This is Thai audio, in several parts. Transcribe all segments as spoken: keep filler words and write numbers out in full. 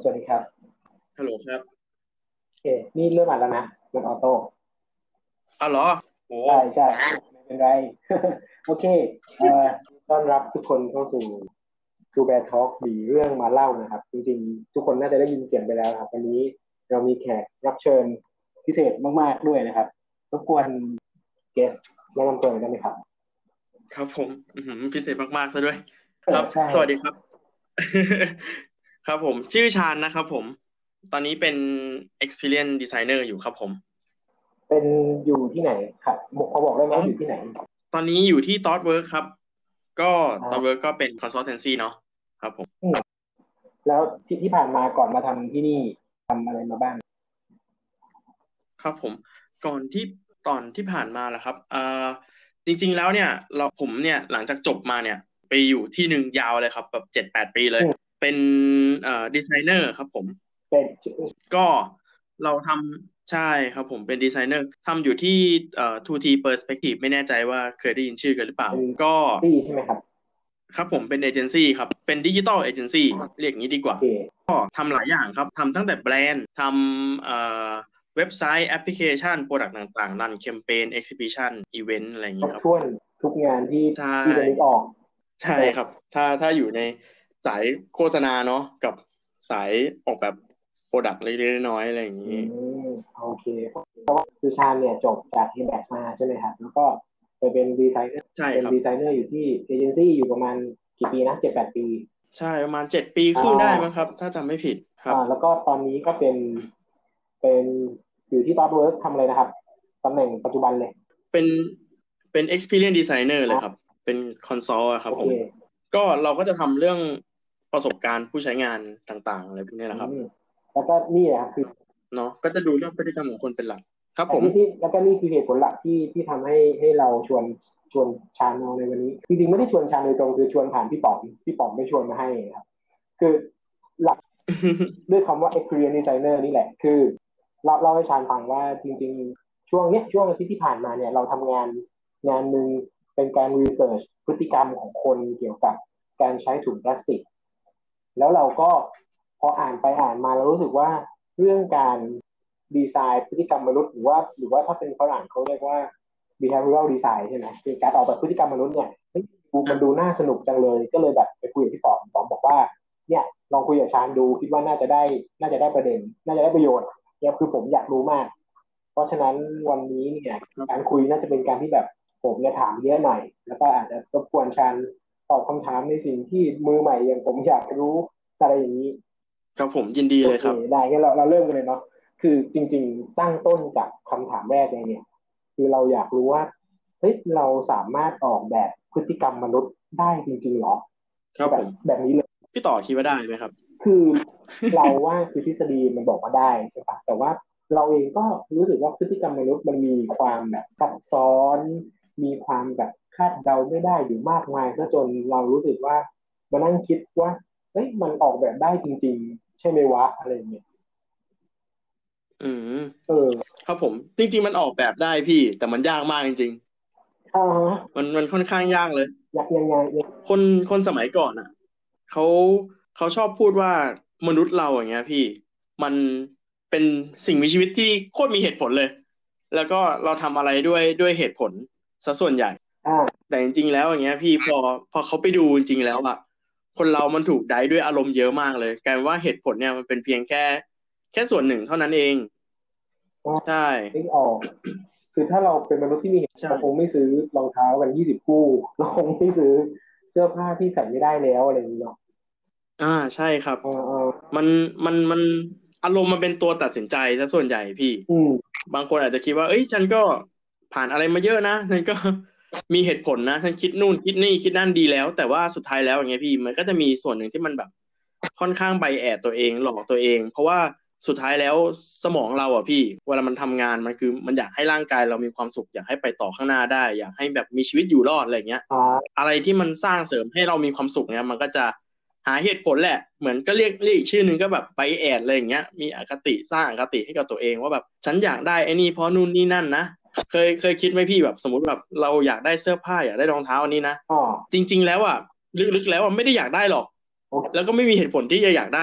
สวัสดีครับฮัลโหลครับโอเคนี่เริ่มอ่านแล้วนะมันออโต้อ้าวเหรอโหใช่ใช่ไม่เป็นไรโอเคเอ่อต้อนรับทุกคนเข้าสู่ True Bear Talk มีเรื่องมาเล่านะครับจริงๆทุกคนน่าจะได้ยินเสียงไปแล้วครับวันนี้เรามีแขกรับเชิญพิเศษมากๆด้วยนะครับรบกวนเกสแนะนำตัวหน่อยได้ไหมครับครับผมอือหือพิเศษมากๆซะด้วยครับเออใช่สวัสดีครับครับผมชื่อชาญนะครับผมตอนนี้เป็น Experience Designer อยู่ครับผมเป็นอยู่ที่ไหนครับบอกพอบอกได้ไหมอ๋อว่าอยู่ที่ไหนตอนนี้อยู่ที่ ThoughtWorks ครับก็อ่า ThoughtWorks ก็เป็น consultancy เนาะครับผมอืมแล้วที่ที่ผ่านมาก่อนมาทำที่นี่ทำอะไรมาบ้างครับผมก่อนที่ตอนที่ผ่านมาแหละครับเอ่อจริงๆแล้วเนี่ยเราผมเนี่ยหลังจากจบมาเนี่ยไปอยู่ที่หนึ่งยาวเลยครับแบบเจ็ดแปดปีเลยอืมเป็นเอ่อดีไซเนอร์ครับผมเป็นก็เราทำใช่ครับผมเป็นดีไซเนอร์ทำอยู่ที่เอ่อ ทู ที Perspective ไม่แน่ใจว่าเคยได้ยินชื่อกันหรือเปล่าเป็นก็ที่ใช่ไหมครับครับผมเป็นเอเจนซี่ครับเป็นดิจิตอลเอเจนซี่เรียกอย่างนี้ดีกว่าโอเคก็ทำหลายอย่างครับทำตั้งแต่แบรนด์ทำเอ่อเว็บไซต์แอปพลิเคชันโปรดักต์ต่างๆรันแคมเปญเอ็กซิบิชันอีเวนต์อะไรอย่างนี้ครับครบถ้วนทุกงานที่ใช่ที่จะนึกออกใช่เออครับถ้าถ้าอยู่ในสายโฆษณาเนาะกับสายออกแบบโปรดักต์เล็กๆน้อยๆอะไรอย่างอืนี้มโอเคคือชาญเนี่ยจบจาก เอ แบค มาใช่ไหมครับแล้วก็ไปเป็นดีไซเนอร์ใช่ครับเป็นดีไซเนอร์อยู่ที่เอเจนซี่อยู่ประมาณกี่ปีนะเจ็ดแปดปีใช่ประมาณเจ็ดปีอ่ครึ่งได้มั้งคารับถ้าจำไม่ผิดครับอ่าแล้วก็ตอนนี้ก็เป็นเป็นอยู่ที่ ThoughtWorks ทำอะไรนะครับตำแหน่งปัจจุบันเลยเป็นเป็น experience designer เลยครับอ่าเป็นคอนซอลคโอเครับผมก็เราก็จะทำเรื่องประสบการณ์ผู้ใช้งานต่างๆอะไรพวกนี้แหอืละครับมแล้วก็นี่แหละครับคือเนาะก็จะดูเรื่องพฤติกรรมของคนเป็นหลักครับผมแต่ที่ที่แล้วก็นี่คือเหตุผลหลักที่ที่ทำให้ให้เราชวนชวนชาญมาในวันนี้จริงๆไม่ได้ชวนชาญโดยตรงคือชวนผ่านพี่ป๋อมพี่ป๋อมไม่ชวนมาให้ครับคือหลักด้วยคำว่า experience designer นี่แหละคือเราเล่าให้ชาญฟังว่าจริงๆช่วงเนี้ยช่วงอาทิตย์ที่ผ่านมาเนี่ยเราทำงานงานหนึ่งเป็นการรีเสิร์ชพฤติกรรมของคนเกี่ยวกับการใช้ถุงพลาสติกแล้วเราก็พออ่านไปอ่านมาเรารู้สึกว่าเรื่องการดีไซน์พฤติกรรมมนุษย์หรือว่าหรือว่าถ้าเป็นฝรั่งเขาเรียกว่า behavioral design ใช่ไหมคือการออกแบบพฤติกรรมมนุษย์เนี่ยเฮ้ยดูอ่ะมันดูน่าสนุกจังเลยก็เลยแบบไปคุยกับพี่ป๋อมป๋อมบอกว่าเนี่ยลองคุยกับชาญดูคิดว่าน่าจะได้น่าจะได้ประเด็นน่าจะได้ประโยชน์เนี่ยคือผมอยากรู้มากเพราะฉะนั้นวันนี้เนี่ยการครับคุยน่าจะเป็นการที่แบบผมเนี่ยถามเยอะหน่อยแล้วก็อาจจะรบกวนชาญตอบคำถามในสิ่งที่มือใหม่อย่างผมอยากรู้อะไรอย่างนี้ครับผมยินดีโอเคเลยครับได้งั้นเราเราเริ่มกันเลยเนาะคือจริงๆตั้งต้นจากคำถามแรกเลยเนี่ยคือเราอยากรู้ว่าเฮ้ยเราสามารถออกแบบพฤติกรรมมนุษย์ได้จริงๆหรอแบบครับผมแบบนี้เลยพี่ต่อคิดว่าได้ไหมครับคือเราว่าคือทฤษฎีมันบอกว่าได้ใช่ปะแต่ว่าเราเองก็รู้สึกว่าพฤติกรรมมนุษย์มันมีความแบบซับซ้อนมีความแบบคาดเดาไม่ได้อยู่มากมายซะจนเรารู้สึกว่ามานั่งคิดว่าเฮ้ยมันออกแบบได้จริงๆใช่ไหมวะอะไรอย่างเงี้ยอืมเออครับผมจริงๆมันออกแบบได้พี่แต่มันยากมากจริงอ่าฮะๆมันมันค่อนข้างยากเลยยังยังไงยังคนคนสมัยก่อนอ่ะเขาเขาชอบพูดว่ามนุษย์เราอย่างเงี้ยพี่มันเป็นสิ่งมีชีวิตที่โคตรมีเหตุผลเลยแล้วก็เราทำอะไรด้วยด้วยเหตุผลซะส่วนใหญ่อ่าแต่จริงๆแล้วอย่างเงี้ยพี่พอพอเขาไปดูจริงๆแล้วอ่ะคนเรามันถูกไดด้วยอารมณ์เยอะมากเลยกลายเป็นว่าเหตุผลเนี่ยมันเป็นเพียงแค่แค่ส่วนหนึ่งเท่านั้นเองอ่าใช่นึกออกคือถ้าเราเป็นมนุษย์ที่มีเหตุเราคงใช่ไม่ซื้อรองเท้ากันยี่สิบคู่เราคงไม่ซื้อเสื้อผ้าที่ใส่ไม่ได้แล้วอะไรอย่างเงี้ยเนาะอ่าใช่ครับอ่าอ่ามันมันมันอารมณ์มันเป็นตัวตัดสินใจซะส่วนใหญ่พี่อืมบางคนอาจจะคิดว่าเอ้ยฉันก็ผ่านอะไรมาเยอะนะฉันก็มีเหตุผลนะฉันคิดนู่นคิดนี่คิดนั่นดีแล้วแต่ว่าสุดท้ายแล้วอย่างเงี้ยพี่มันก็จะมีส่วนหนึ่งที่มันแบบค่อนข้างไบแอสตัวเองหลอกตัวเองเพราะว่าสุดท้ายแล้วสมองเราอ่ะพี่เวลามันทำงานมันคือมันอยากให้ร่างกายเรามีความสุขอยากให้ไปต่อข้างหน้าได้อยากให้แบบมีชีวิตอยู่รอดอะไรเงี้ยอ่าอะไรที่มันสร้างเสริมให้เรามีความสุขเนี่ยมันก็จะหาเหตุผลแหละเหมือนก็เรียกเรียกอีกชื่อหนึ่งก็แบบไบแอสอะไรอย่างเงี้ยมีอคติสร้างอคติให้กับตัวเองว่าแบบฉันอยากได้ไอ้นี่เพราะนู่นนี่นั่นนะเคยเคยคิดไหมพี่แบบสมมติแบบเราอยากได้เสื้อผ้าอยากได้รองเท้าอันนี้นะอ๋อจริงๆแล้วอ่ะลึกๆแล้วอ่ะไม่ได้อยากได้หรอกโอเคแล้วก็ไม่มีเหตุผลที่จะอยากได้ด้วย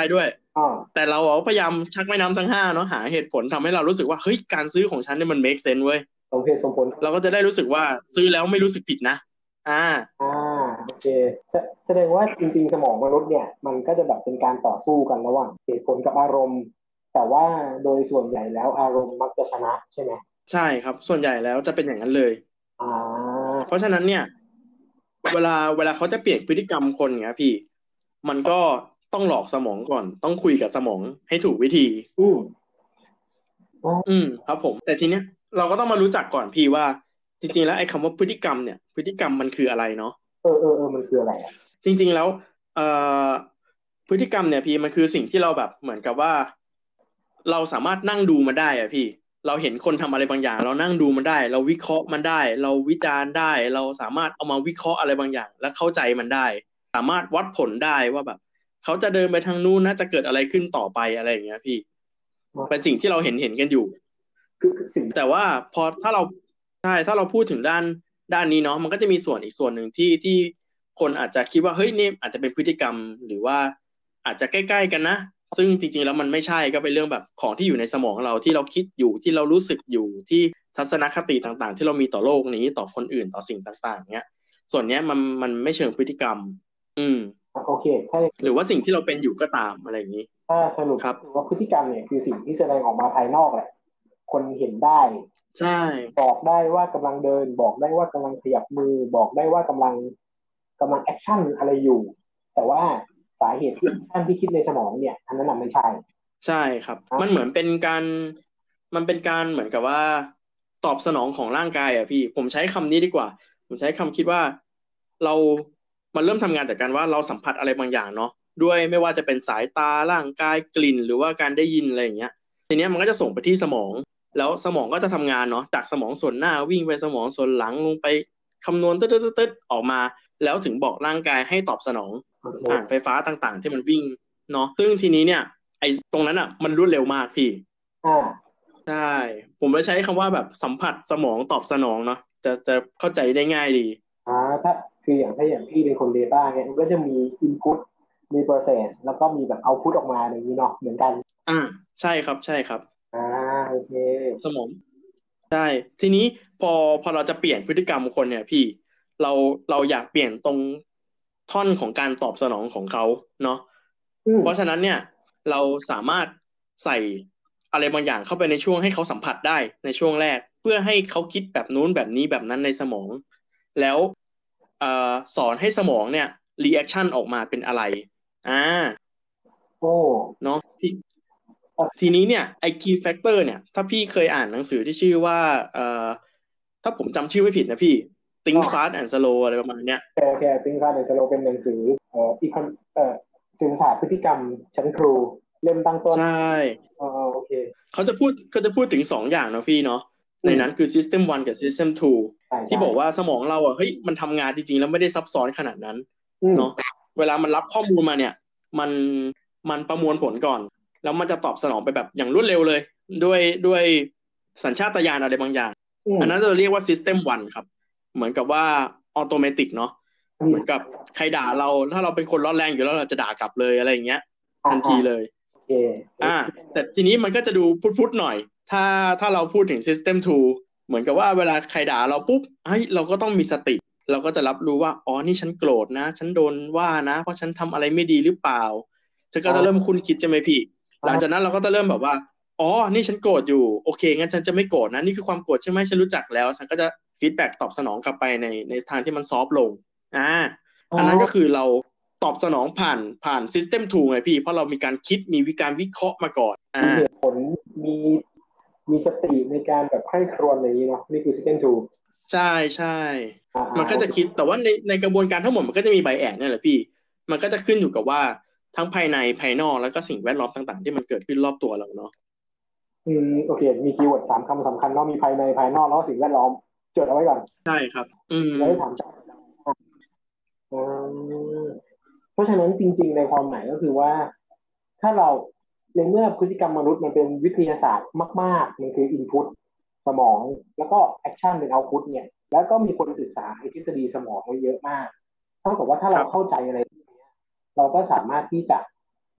อ่าแต่เราพยายามชักแม่น้ำทั้งห้าเนาะหาเหตุผลทำให้เรารู้สึกว่าเฮ้ยการซื้อของฉันเนี่ยมัน make sense เว้ยสมเหตุสมผลเราก็จะได้รู้สึกว่าซื้อแล้วไม่รู้สึกผิดนะอ่าอ่าโอเคแสแสดงว่าจริงๆสมองมนุษย์เนี่ยมันก็จะแบบเป็นการต่อสู้กันระหว่างเหตุผลกับอารมณ์แต่ว่าโดยส่วนใหญ่แล้วอารมณ์มักจะชนะใช่ไหมใช่ครับส่วนใหญ่แล้วจะเป็นอย่างนั้นเลยอ่าเพราะฉะนั้นเนี่ยเวลาเวลาเขาจะเปลี่ยนพฤติกรรมคนเงี้ยพี่มันก็ต้องหลอกสมองก่อนต้องคุยกับสมองให้ถูกวิธีอืมอ๋ออืมครับผมแต่ทีเนี้ยเราก็ต้องมารู้จักก่อนพี่ว่าจริงๆแล้วไอ้คำว่าพฤติกรรมเนี่ยพฤติกรรมมันคืออะไรเนาะเออเออเออมันคืออะไรอ่ะจริงๆแล้วเอ่อพฤติกรรมเนี่ยพี่มันคือสิ่งที่เราแบบเหมือนกับว่าเราสามารถนั่งดูมันได้อะพี่เราเห็นคนทำอะไรบางอย่างเรานั่งดูมันได้เราวิเคราะห์มันได้เราวิจารณ์ได้เราสามารถเอามาวิเคราะห์อะไรบางอย่างและเข้าใจมันได้สามารถวัดผลได้ว่าแบบเขาจะเดินไปทางนู้นนะจะเกิดอะไรขึ้นต่อไปอะไรอย่างเงี้ยพี่เป็นสิ่งที่เราเห็นเห็นกันอยู่คือคือสิ่งแต่ว่าพอถ้าเราใช่ถ้าเราพูดถึงด้านด้านนี้เนาะมันก็จะมีส่วนอีกส่วนหนึ่งที่ที่คนอาจจะคิดว่าเฮ้ยนี่อาจจะเป็นพฤติกรรมหรือว่าอาจจะใกล้ๆกันนะซึ่งจริงๆแล้วมันไม่ใช่ก็เป็นเรื่องแบบของที่อยู่ในสมองเราที่เราคิดอยู่ที่เรารู้สึกอยู่ที่ทัศนคติต่างๆที่เรามีต่อโลกนี้ต่อคนอื่นต่อสิ่งต่างๆเนี้ยส่วนเนี้ยมันมันไม่เชิงพฤติกรรมอืมโอเคถ้าหรือว่าสิ่งที่เราเป็นอยู่ก็ตามอะไรอย่างนี้ถ้าสรุปครับก็คือว่าพฤติกรรมเนี่ยคือสิ่งที่แสดงออกมาภายนอกแหละคนเห็นได้ใช่บอกได้ว่ากำลังเดินบอกได้ว่ากำลังขยับมือบอกได้ว่ากำลังกำลังแอคชั่นอะไรอยู่แต่ว่าสาเหตุที่แอคชั่นที่คิดในสมองเนี่ยอันนั้นน่ะไม่ใช่ใช่ครับมันเหมืนะอนเป็นการมันเป็นการเหมือนกับว่าตอบสนองของร่างกายอ่ะพี่ผมใช้คำนี้ดีกว่าผมใช้คำคิดว่าเรามันเริ่มทำงานจากการว่าเราสัมผัสอะไรบางอย่างเนาะด้วยไม่ว่าจะเป็นสายตาร่างกายกลิ่นหรือว่าการได้ยินอะไรอย่างเงี้ยทีเนี้ยมันก็จะส่งไปที่สมองแล้วสมองก็จะทำงานเนาะจากสมองส่วนหน้าวิ่งไปสมองส่วนหลังลงไปคำนวณตึ๊ดตึ๊ดตึ๊ดออกมาแล้วถึงบอกร่างกายให้ตอบสนองโอเคผ่านไฟฟ้าต่างๆที่มันวิ่งเนาะซึ่งทีนี้เนี่ย ไอ้ตรงนั้นอ่ะมันรวดเร็วมากพี่อ่าใช่ผมจะใช้คำว่าแบบสัมผัสสมองตอบสนองเนาะจะจะเข้าใจได้ง่ายดีอ่าถ้าคืออย่างถ้าอย่างพี่เป็นคน Data เนี่ยมันก็จะมี Input มี Process แล้วก็มีแบบ Output ออกมาอย่างนี้เนาะเหมือนกันอ่าใช่ครับใช่ครับอ่าโอเคสมองใช่ทีนี้พอพอเราจะเปลี่ยนพฤติกรรมคนเนี่ยพี่เราเราอยากเปลี่ยนตรงท่อนของการตอบสนองของเขาเนาะอืมเพราะฉะนั้นเนี่ยเราสามารถใส่อะไรบางอย่างเข้าไปในช่วงให้เขาสัมผัสได้ในช่วงแรกเพื่อให้เขาคิดแบบนู้นแบบนี้แบบนั้นในสมองแล้วเอ่อสอนให้สมองเนี่ยรีแอคชั่นออกมาเป็นอะไรอ่าโอ้เนาะที่ ทีนี้เนี่ยไอ้ key factor เนี่ยถ้าพี่เคยอ่านหนังสือที่ชื่อว่าเอ่อถ้าผมจำชื่อไม่ผิดนะพี่อ๋อ Think Fast and Slow อะไรประมาณเนี้ยแค่แค่ติ้งค่าเดนสโลเป็นหนังสือเอ่ออีคอนเอ่อศิลปศาสตร์พฤติกรรมชั้นครูเล่มตั้งต้นใช่อ๋อโอเคเขาจะพูดเขาจะพูดถึงสองอย่างเนาะพี่เนาะอืมในนั้นคือ System วันกับ System ทูใช่ใช่ที่บอกว่าสมองเราอ่ะเฮ้ยมันทำงานจริงๆแล้วไม่ได้ซับซ้อนขนาดนั้นอืมเนาะเวลามันรับข้อมูลมาเนี่ยมันมันประมวลผลก่อนแล้วมันจะตอบสนองไปแบบอย่างรวดเร็วเลยด้วยด้วยสัญชาตญาณอะไรบางอย่างอืมอันนั้นเราเรียกว่า System วันครับเหมือนกับว่าออโตเมติกเนาะอืมเหมือนกับใครด่าเราถ้าเราเป็นคนร้อนแรงอยู่แล้วเราจะด่ากลับเลยอะไรอย่างเงี้ยอ่าอ่าทันทีเลยโอเคอ่าแต่ทีนี้มันก็จะดูพุทธๆหน่อยถ้าถ้าเราพูดถึง System ทูเหมือนกับว่าเวลาใครด่าเราปุ๊บเฮ้ยเราก็ต้องมีสติเราก็จะรับรู้ว่าอ๋อนี่ฉันโกรธนะฉันโดนว่านะเพราะฉันทำอะไรไม่ดีหรือเปล่าฉันก็จะเริ่มอ่าคุ้นคิดใช่ไหมพี่หลังจากอ่านั้นเราก็จะเริ่มแบบว่า อ๋อนี่ฉันโกรธอยู่โอเคงั้นฉันจะไม่โกรธนะนี่คือความโกรธใช่ไหมฉันรู้จักแล้วฉันก็จะฟีดแบ็กตอบสนองกลับไปในในทางที่มันซอฟต์ลงอ่าอ๋ออันนั้นก็คือเราตอบสนองผ่านผ่าน System ทูไงพี่เพราะเรามีการคิดมีวิการวิเคราะห์มาก่อนอ่ามีมีสติในการแบบใคร่ครวญอย่างนี้เนาะนี่คือ System ทูใช่ใช่อ่าอ่ามันก็โอเคจะคิดแต่ว่าในในกระบวนการทั้งหมดมันก็จะมีไบแอสเนี่ยแหละพี่มันก็จะขึ้นอยู่กับว่าทั้งภายในภายนอกแล้วก็สิ่งแวดล้อมต่างๆที่มันเกิดขึ้นรอบตัวเราเนาะอืมโอเคมีคีย์เวิร์ดสามคำสำคัญเนาะมีภายในภายนอกแล้วก็สิ่งแวดล้อมจดเอาไว้ก่อนใช่ครับอืมแล้วให้ถามต่ออ่าเพราะฉะนั้นจริงๆในความหมายก็คือว่า ถ้าเราในเมื่อพฤติกรรมมนุษย์มันเป็นวิทยาศาสตร์มากๆมันคือ input สมองแล้วก็ action เป็น output เนี่ยแล้วก็มีคนศึกษาในทฤษฎีสมองไว้เยอะมากเท่ากับว่าถ้าเราเข้าครับใจอะไรเราก็สามารถที่จะ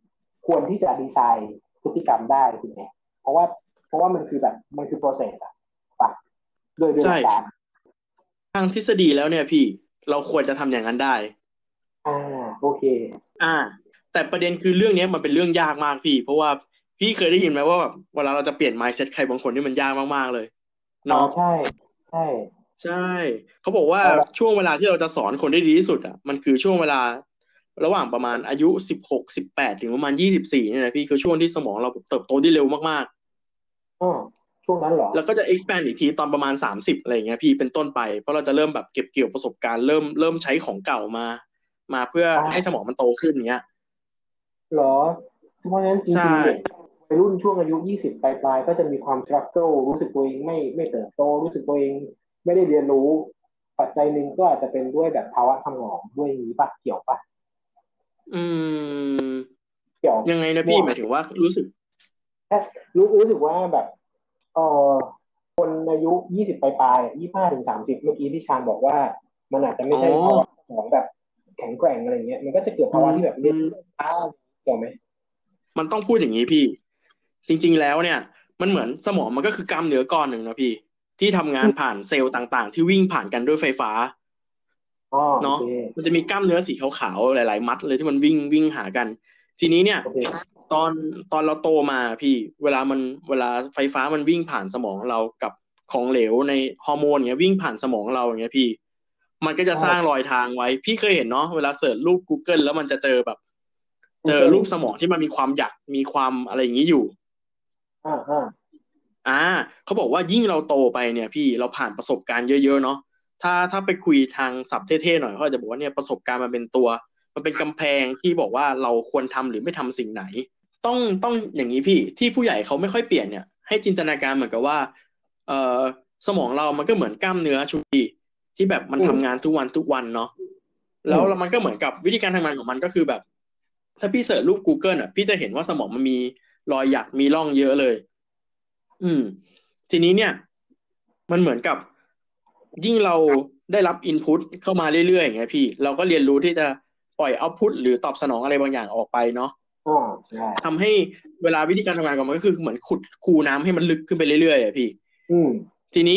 ควรที่จะดีไซน์พฤติกรรมได้ถูกไหมเพราะว่าเพราะว่ามันคือแบบมันคือ process อะปะโดยโดยหลักการทางทฤษฎีแล้วเนี่ยพี่เราควรจะทำอย่างนั้นได้อ่าโอเคอ่าแต่ประเด็นคือเรื่องนี้มันเป็นเรื่องยากมากพี่เพราะว่าพี่เคยได้ยินไหมว่าแบบเวลาเราจะเปลี่ยน mindset ใครบางคนที่มันยากมากๆเลยอ๋อเนาะใช่ใช่ใช่เขาบอกว่าเพราะแบบช่วงเวลาที่เราจะสอนคนได้ดีที่สุดอ่ะมันคือช่วงเวลาระหว่างประมาณอายุสิบหกสิบแปดถึงประมาณยี่สิบสี่เนี่ยนะพี่คือช่วงที่สมองเราเติบโตได้เร็วมากอ๋อช่วงนั้นเหรอๆแล้วก็จะ expand อีกทีตอนประมาณสามสิบอะไรอย่างเงี้ยพี่เป็นต้นไปเพราะเราจะเริ่มแบบเก็บเกี่ยวประสบการณ์เริ่มเริ่มใช้ของเก่ามามาเพื่อให้สอ่ามองมันโตขึ้นอย่างเงี้ยเหรอเพราะฉะนั้นจใช่ริงๆเด็กวัยรุ่นช่วงอายุยี่สิบปลายๆก็จะมีความ struggle รู้สึกตัวเองไม่ไม่เติบโตรู้สึกตัวเองไม่ได้เรียนรู้ปัจจัยหนึ่งก็อาจจะเป็นด้วยแบบภาวะสมองด้วยอย่างนี้ปะเกี่ยวปะอืมเกี่ยวยังไงนะมั่วพี่หมายถึงว่ารู้สึกแค่รู้รู้สึกว่าแบบเออคนอายุยี่สิบปลายๆยี่ห้าถึงสามสิบเมื่อกี้ที่ชาญบอกว่ามันอาจจะไม่อ๋อใช่ภาวะของแบบแข็งแกร่งอะไรเงี้ยมันก็จะเกิดอืมภาวะที่แบบอืเรียนมช้าเกี่ยวไหมมันต้องพูดอย่างนี้พี่จริงๆแล้วเนี่ยมันเหมือนสมองมันก็คือกล้ามเนื้อก้อนหนึ่งนะพี่ที่ทำงานอืมผ่านเซลล์ต่างๆที่วิ่งผ่านกันด้วยไฟฟ้าอ๋อโอเนาะเคมันจะมีกล้ามเนื้อสีขาวๆหลายๆมัดเลยที่มันวิ่งวิ่งหากันทีนี้เนี่ยโอเคตอนตอนเราโตมาพี่เวลามันเวลาไฟฟ้ามันวิ่งผ่านสมองเรากับของเหลวในฮอร์โมนเงี้ยวิ่งผ่านสมองเราอย่างเงี้ยพี่มันก็จะสร้างอ่ารอยทางไว้พี่เคยเห็นเนาะเวลาเสิร์ชรูป Google แล้วมันจะเจอแบบเจอกูเกิลรูปสมองที่มันมีความหยักมีความอะไรอย่างนี้อยู่อ่าอ่าอ่าเขาบอกว่ายิ่งเราโตไปเนี่ยพี่เราผ่านประสบการณ์เยอะๆเนาะถ้าถ้าไปคุยทางศัพท์เท่ๆหน่อยเขาอาจจะบอกว่าเนี่ยประสบการณ์มันเป็นตัวมันเป็นกำแพงที่บอกว่าเราควรทำหรือไม่ทำสิ่งไหนต้องต้องอย่างนี้พี่ที่ผู้ใหญ่เขาไม่ค่อยเปลี่ยนเนี่ยให้จินตนาการเหมือนกับว่าเอ่อสมองเรามันก็เหมือนกล้ามเนื้อชุดที่แบบมันอืมทำงานทุกวันทุกวันเนาะอืมแล้วแล้วมันก็เหมือนกับวิธีการทำงานของมันก็คือแบบถ้าพี่เสิร์ชรูป Google อ่ะพี่จะเห็นว่าสมองมันมีรอยหยักมีร่องเยอะเลย อืมทีนี้เนี่ยมันเหมือนกับยิ่งเราได้รับอินพุตเข้ามาเรื่อยๆอย่างเงี้ยพี่เราก็เรียนรู้ที่จะปล่อยเอาพุตหรือตอบสนองอะไรบางอย่างออกไปเนาะอ่าใช่ทำให้เวลาวิธีการทำงานของมันก็คือเหมือนขุดคูน้ำให้มันลึกขึ้นไปเรื่อยๆอ่ะพี่อืมทีนี้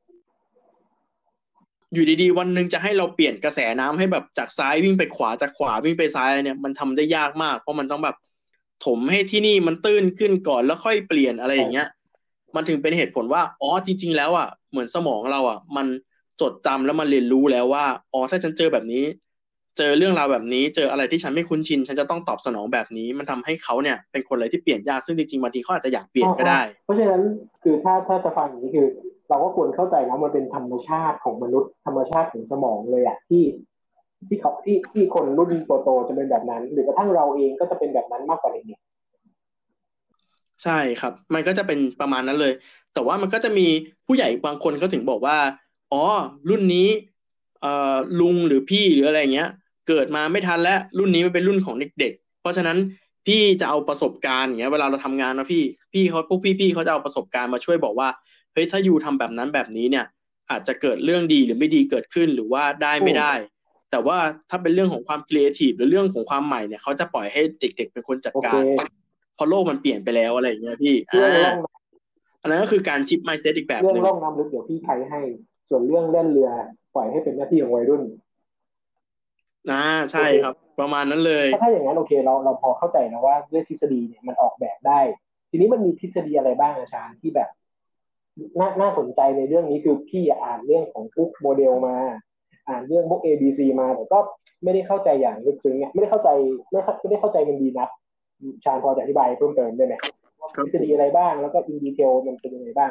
อยู่ดีๆวันหนึ่งจะให้เราเปลี่ยนกระแสน้ำให้แบบจากซ้ายวิ่งไปขวาจากขวาวิ่งไปซ้ายเนี่ยมันทำได้ยากมากเพราะมันต้องแบบถมให้ที่นี่มันตื้นขึ้นก่อนแล้วค่อยเปลี่ยนอะไรอย่างเงี้ยใช่มันถึงเป็นเหตุผลว่าอ๋อจริงๆแล้วอ่ะเหมือนสมองเราอ่ะมันจดจำแล้วมันเรียนรู้แล้วว่าอ๋อถ้าฉันเจอแบบนี้เจอเรื่องราวแบบนี้เจออะไรที่ฉันไม่คุ้นชินฉันจะต้องตอบสนองแบบนี้มันทำให้เขาเนี่ยเป็นคนอะไรที่เปลี่ยนยากซึ่งจริงๆบางทีเขาอาจจะอยากเปลี่อ่าอ่ายนก็ได้เพราะฉะนั้นคือถ้าถ้าจะฟังอย่างนี้คือเราก็ควรเข้าใจนะมันเป็นธรรมชาติของมนุษย์ธรรมชาติของสมองเลยอะที่ ที่เขาที่ที่คนรุ่นโตๆจะเป็นแบบนั้นหรือกระทั่งเราเองก็จะเป็นแบบนั้นมากกว่าเด็กใช่ครับมันก็จะเป็นประมาณนั้นเลยแต่ว่ามันก็จะมีผู้ใหญ่บางคนเขาถึงบอกว่าอ๋อรุ่นนี้เอ่อลุงหรือพี่หรืออะไรเงี้ยเกิดมาไม่ทันแล้วรุ่นนี้มันเป็นรุ่นของเด็กๆเพราะฉะนั้นพี่จะเอาประสบการณ์อย่างเงี้ยเวลาเราทำงานนะพี่พี่เขาพวกพี่ๆเขาจะเอาประสบการณ์มาช่วยบอกว่าเฮ้ยถ้ายูทำแบบนั้นแบบนี้เนี่ยอาจจะเกิดเรื่องดีหรือไม่ดีเกิดขึ้นหรือว่าได้ๆอืมไม่ได้แต่ว่าถ้าเป็นเรื่องของความครีเอทีฟหรือเรื่องของความใหม่เนี่ยเขาจะปล่อยให้เด็กๆเป็นคนจัดโอเคการ เพราะโลกมันเปลี่ยนไปแล้วอะไรอย่างเงี้ยพี่อ่าเรื่องล่องอันนั้นก็คือการชิป mindset อีกแบบหนึ่งเรื่องล่องน้ำลึกเดี๋ยวพี่ใครให้ส่วนเรื่องเล่นเรือปล่อยให้เป็นหน้าที่ของวัยรุ่นอ่าใช่โอเคครับประมาณนั้นเลยถ้าถ้าอย่างนั้นโอเคเราเราพอเข้าใจนะว่าด้วยทฤษฎีเนี่ยมันออกแบบได้ทีนี้มันมีทฤษฎีอะไรบ้างอาจารย์ที่แบบน่าน่าสนใจในเรื่องนี้คือพี่อ่านเรื่องของพวกโมเดลมาอ่านเรื่องพวก เอ บี ซี มาแต่ก็ไม่ได้เข้าใจอย่างลึกซึ้งเนี่ยไม่ได้เข้าใจไม่ไม่ได้เข้าใจมันดีนักชาญพอจะอธิบายเพิ่มเติมได้ไหมว่าครับผมทฤษฎีอะไรบ้างแล้วก็อินดีเทลมันเป็นยังไงบ้าง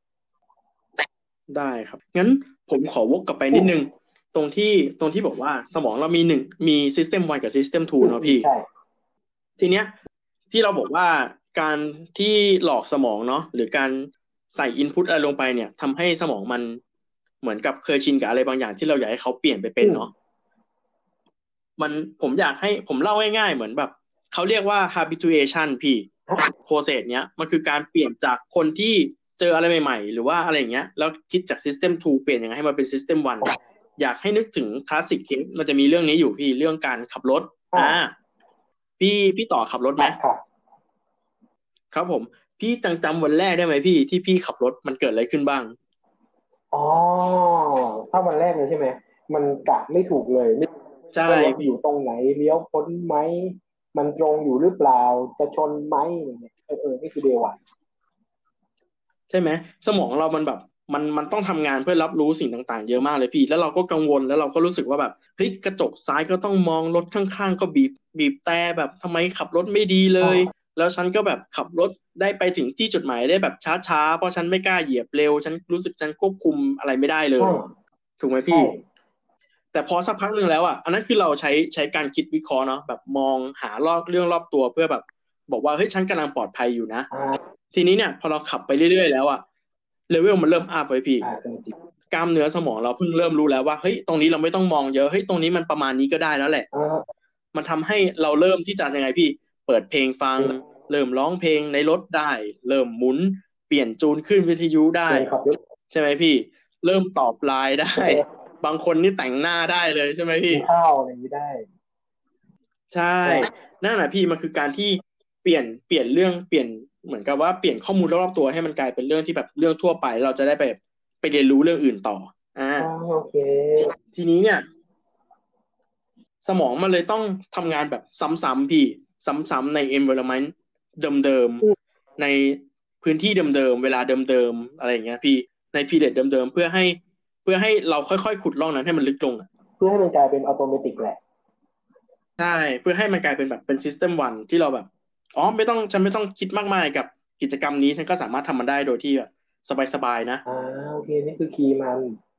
ได้ครับงั้นผมขอวกกลับไปอืมนิดนึงตรงที่ตรงที่บอกว่าสมองเรามีหนึ่งมี system วันกับ system ทูอืมเนาะพี่อืมใช่ทีเนี้ยที่เราบอกว่าการที่หลอกสมองเนาะหรือการใส่ input อะไรลงไปเนี่ยทำให้สมองมันเหมือนกับเคยชินกับอะไรบางอย่างที่เราอยากให้เขาเปลี่ยนไปเป็อืมนเนาะ มันผมอยากให้ผมเล่าง่ายๆเหมือนแบบเขาเรียกว่า habituation พี่ process เนี้ยมันคือการเปลี่ยนจากคนที่เจออะไรใหม่ๆหรือว่าอะไรอย่างเงี้ยแล้วคิดจาก system ทูเปลี่ยนยังไงให้มันเป็น system วันอยากให้นึกถึงคลาสสิกเคสมันจะมีเรื่องนี้อยู่พี่เรื่องการขับรถอ่าอ่าพี่พี่ต่อขับรถไหมครับครับครับผมพี่จังจำวันแรกได้ไหมพี่ที่พี่ขับรถมันเกิดอะไรขึ้นบ้างอ๋อถ้าวันแรกเลยใช่ไหมมันกะไม่ถูกเลยไม่ใช่ว่ารถอพี่ยู่ตรงไหนเลี้ยวพ้นไหมมันตรงอยู่หรือเปล่าจะชนไหมอย่างเงี้ยเออเออนี่คือเดวันใช่ไหมสมองเรามันแบบมันมันต้องทำงานเพื่อรับรู้สิ่งต่างๆเยอะมากเลยพี่แล้วเราก็กังวลแล้วเราก็รู้สึกว่าแบบเฮ้ยกระจกซ้ายก็ต้องมองรถข้างๆก็บีบบีบแต่แบบทำไมขับรถไม่ดีเลยอ่าแล้วฉันก็แบบขับรถได้ไปถึงที่จุดหมายได้แบบช้าๆเพราะฉันไม่กล้าเหยียบเร็วฉันรู้สึกฉันควบคุมอะไรไม่ได้เลยอ่าถูกไหมใช่พี่ แต่พอสักพักหนึ่งแล้วอ่ะอันนั้นคือเราใช้ใช้การคิดวิเคราะห์เนาะแบบมองหารอบเรื่องรอบตัวเพื่อแบบบอกว่าเฮ้ยฉันกำลังปลอดภัยอยู่นะอ่าทีนี้เนี่ยพอเราขับไปเรื่อยๆแล้วอ่ะเลเวลมันเริ่มอัพไว้พี่อ่าจริงกล้ามเนื้อสมองเราเพิ่งเริ่มรู้แล้วว่าเฮ้ยตรงนี้เราไม่ต้องมองเยอะเฮ้ยตรงนี้มันประมาณนี้ก็ได้แล้วแหละๆอ่ามันทำให้เราเริ่มที่จะยังไงพี่เปิดเพลงฟังเริ่มร้องเพลงในรถได้เริ่มหมุนเปลี่ยนจูนขึ้นวิทยุได้เดินขับรถใช่ไหมพี่เริ่มตอบไลน์ได้เออบางคนนี่แต่งหน้าได้เลยใช่ไหมพี่กินข้าวอะไรอย่างนี้ได้ใช่ใช่นั่นแหละพี่มันคือการที่เปลี่ยนเปลี่ยนเรื่องเปลี่ยนเหมือนกับว่าเปลี่ยนข้อมูลรอบๆตัวให้มันกลายเป็นเรื่องที่แบบเรื่องทั่วไปเราจะได้ไปไปเรียนรู้เรื่องอื่นต่ออ่าอ่าโอเคทีนี้เนี่ยสมองมันเลยต้องทำงานแบบซ้ำๆพี่ซ้ำๆใน environment เดิมอืมๆในพื้นที่เดิมๆเวลาเดิมๆอะไรอย่างเงี้ยพี่ใน period เดิมๆเพื่อให้เพื่อให้เราค่อยๆขุดร่องนั้นให้มันลึกลงเพื่อให้มันกลายเป็นอัตโนมัติแหละใช่เพื่อให้มันกลายเป็นแบบเป็น System One ที่เราแบบอ๋อไม่ต้องฉันไม่ต้องคิดมากมายกับกิจกรรมนี้ฉันก็สามารถทำมันได้โดยที่แบบสบายๆนะอ่าโอเคนี่คือคีย์มัน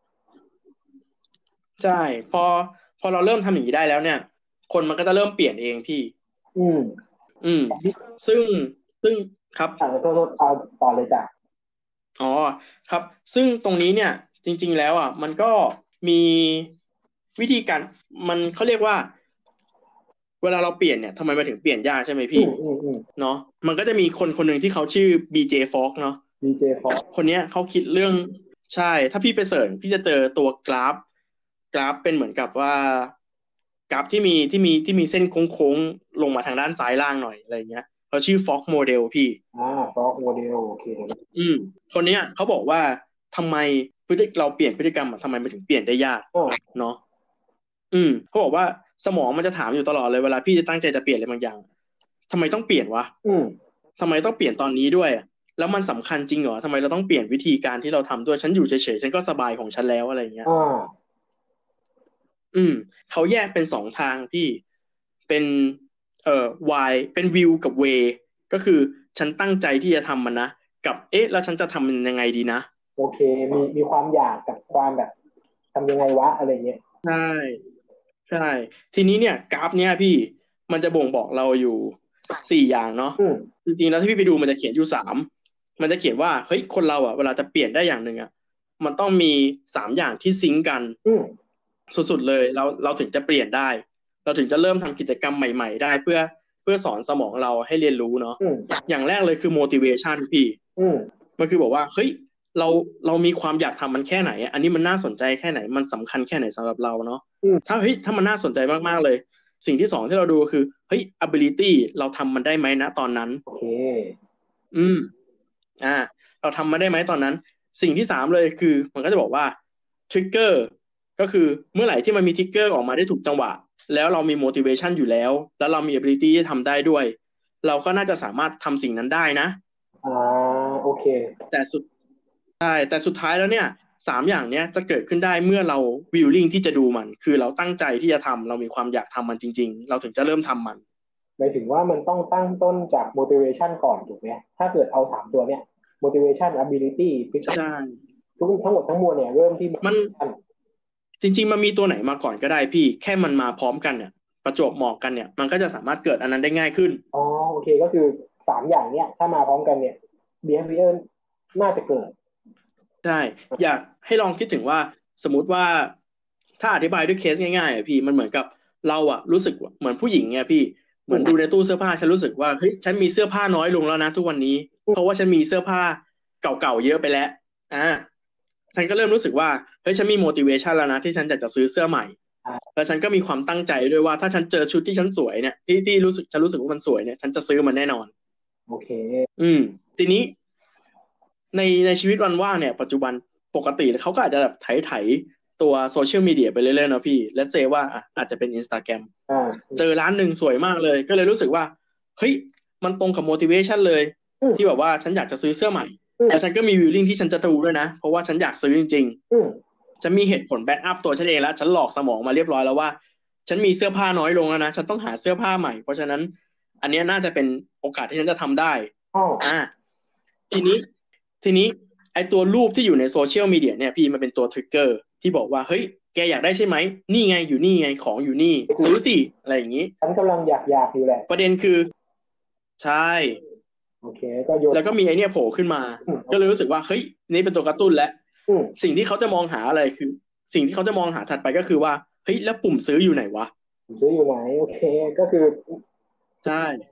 ใช่พอพอเราเริ่มทำอย่างนี้ได้แล้วเนี่ยคนมันก็จะเริ่มเปลี่ยนเองพี่อืมอืมซึ่งซึ่งครับอ่าโทษโทษเอาต่อเลยจ้ะอ๋อครับซึ่งตรงนี้เนี่ยจริงๆแล้วอ่ะมันก็มีวิธีการมันเขาเรียกว่าเวลาเราเปลี่ยนเนี่ยทำไมมันถึงเปลี่ยนยากใช่ไหมพี่อืมอืมอืมเนาะมันก็จะมีคนคนหนึ่งที่เขาชื่อ บี เจ Fogg เนาะดีเจฟอร์คนเนี้ยเขาคิดเรื่องใช่ถ้าพี่ไปเสิร์ชพี่จะเจอตัวกราฟกราฟเป็นเหมือนกับว่ากราฟที่มีที่มีที่มีเส้นโค้งๆลงมาทางด้านซ้ายล่างหน่อยอะไรเงี้ยเขาชื่อ Fox Model พี่อ่าฟอกโมเดลโอเคเดี๋ยวนะอืมคนเนี้ยเขาบอกว่าทำไมพฤติเราเปลี่ยนพฤติกรรมอะทำไมมันถึงเปลี่ยนได้ยากอ๋อเนาะอืมเขาบอกว่าสมองมันจะถามอยู่ตลอดเลยเวลาพี่จะตั้งใจจะเปลี่ยนอะไรบางอย่างทำไมต้องเปลี่ยนวะอืมทำไมต้องเปลี่ยนตอนนี้ด้วยอะแล้วมันสำคัญจริงเหรอทำไมเราต้องเปลี่ยนวิธีการที่เราทำด้วยฉันอยู่เฉยๆฉันก็สบายของฉันแล้วอะไรเงี้ยอ่าอืมเขาแยกเป็นสองทางพี่เป็นเอ่อ วาย เป็นวิวกับ เวย์ ก็คือฉันตั้งใจที่จะทำมันนะกับเอ๊ะแล้วฉันจะทำมันยังไงดีนะโอเคมีมีความอยากกับความแบบทำยังไงวะอะไรเงี้ยใช่ใช่ทีนี้เนี่ยกราฟเนี่ยพี่มันจะบ่งบอกเราอยู่สี่อย่างเนาะอืมจริงๆแล้วถ้าพี่ไปดูมันจะเขียนอยู่สามมันจะเขียนว่าเฮ้ยคนเราอ่ะเวลาจะเปลี่ยนได้อย่างหนึ่งอ่ะมันต้องมีสามอย่างที่ซิงก์กันอืมสุดๆเลยเราเราถึงจะเปลี่ยนได้เราถึงจะเริ่มทำกิจกรรมใหม่ๆได้เพื่อเพื่อสอนสมองเราให้เรียนรู้เนาะอืมอย่างแรกเลยคือ motivation พี่อืมมันคือบอกว่าเฮ้ยเราเรามีความอยากทำมันแค่ไหนอันนี้มันน่าสนใจแค่ไหนมันสำคัญแค่ไหนสำหรับเราเนาะอืมถ้าเฮ้ยถ้ามันน่าสนใจมากๆเลยสิ่งที่สองที่เราดูก็คือเฮ้ย ability เราทำมันได้ไหมนะตอนนั้นโอเคอืมอ่าเราทำมันได้ไหมตอนนั้นสิ่งที่สามเลยคือมันก็จะบอกว่า trigger ก็คือเมื่อไหร่ที่มันมี trigger ออกมาได้ถูกจังหวะแล้วเรามี motivation อยู่แล้วแล้วเรามี ability ที่ทำได้ด้วยเราก็น่าจะสามารถทำสิ่งนั้นได้นะอ่าโอเคแต่สุด ใช่แต่สุดท้ายแล้วเนี่ยสามอย่างเนี้ยจะเกิดขึ้นได้เมื่อเรา willing ที่จะดูมันคือเราตั้งใจที่จะทำเรามีความอยากทำมันจริงๆเราถึงจะเริ่มทำมันหมายถึงว่ามันต้องตั้งต้นจาก motivation ก่อนถูกไหมถ้าเกิดเอาสามตัวเนี้ย motivation ability ใช่ทุกทั้งหมดทั้งมวลเนี่ยเริ่มที่มัน motivation จริงๆมันมีตัวไหนมาก่อนก็ได้พี่แค่มันมาพร้อมกันเนี่ยประจวบเหมาะกันเนี่ยมันก็จะสามารถเกิดอันนั้นได้ง่ายขึ้นอ๋อโอเคก็คือสามอย่างเนี้ยถ้ามาพร้อมกันเนี่ย behavior น่าจะเกิดใช่อยากให้ลองคิดถึงว่าสมมุติว่าถ้าอธิบายด้วยเคสง่ายๆอ่ะพี่มันเหมือนกับเราอ่ะรู้สึกว่าเหมือนผู้หญิงเนี่ยพี่เหอืมมือนดูในตู้เสื้อผ้าฉันรู้สึกว่าเฮ้ยฉันมีเสื้อผ้าน้อยลงแล้วนะทุกวันนี้อืมเพราะว่าฉันมีเสื้อผ้าเก่าๆเยอะไปแล้วอ่าฉันก็เริ่มรู้สึกว่าเฮ้ยฉันมี motivation แล้วนะที่ฉันอยากจะซื้อเสื้อใหม่อ่าแล้วฉันก็มีความตั้งใจด้วยว่าถ้าฉันเจอชุดที่ฉันสวยเนี่ยที่ที่รู้สึกฉันรู้สึกว่ามันสวยเนี่ยฉันจะซื้อมันแน่นอนโอเคอืมทีนี้ในในชีวิตวันว่างเนี่ยปัจจุบันปกติเขาก็อาจจะแบบไถไถตัวโซเชียลมีเดียไปเรื่อยๆเนาะพี่และเซว่าอ่ะอาจจะเป็น Instagram อ่าอืมเจอร้านหนึ่งสวยมากเลยก็เลยรู้สึกว่าเฮ้ยมันตรงกับ motivation เลยอืมที่แบบว่าฉันอยากจะซื้อเสื้อใหม่อืมแล้วฉันก็มีวิลลิ่งที่ฉันจะดูด้วยนะเพราะว่าฉันอยากซื้อจริงอืมๆฉันมีเหตุผลแบ็กอัพตัวฉันเองแล้วฉันหลอกสมองมาเรียบร้อยแล้วว่าฉันมีเสื้อผ้าน้อยลงแล้วนะฉันต้องหาเสื้อผ้าใหม่เพราะฉะนั้นอันเนี้ยน่าจะเป็นโอกาสที่ฉันจะทำได้อ๋ออ่าทีนี้ ทีนี้ไอตัวรูปที่อยู่ในโซเชียลมีเดียเนี่ยพี่มันเป็นตัวทริกเกอร์ที่บอกว่าเฮ้ยแกอยากได้ใช่ไหมนี่ไงอยู่นี่ไงของอยู่นี่คือซื้อสิอะไรอย่างนี้ฉันกำลังอยากอยากอยู่แหละประเด็นคือใช่โอเคก็โยนแล้วก็มีไอเนี่ยโผล่ขึ้นมาอืมโอเคก็เลยรู้สึกว่าเฮ้ยนี่เป็นตัวกระตุ้นแล้วอืมสิ่งที่เขาจะมองหาอะไรคือสิ่งที่เขาจะมองหาถัดไปก็คือว่าเฮ้ยแล้วปุ่มซื้ออยู่ไหนวะผมซื้ออยู่ไหนโอเคก็คือใช่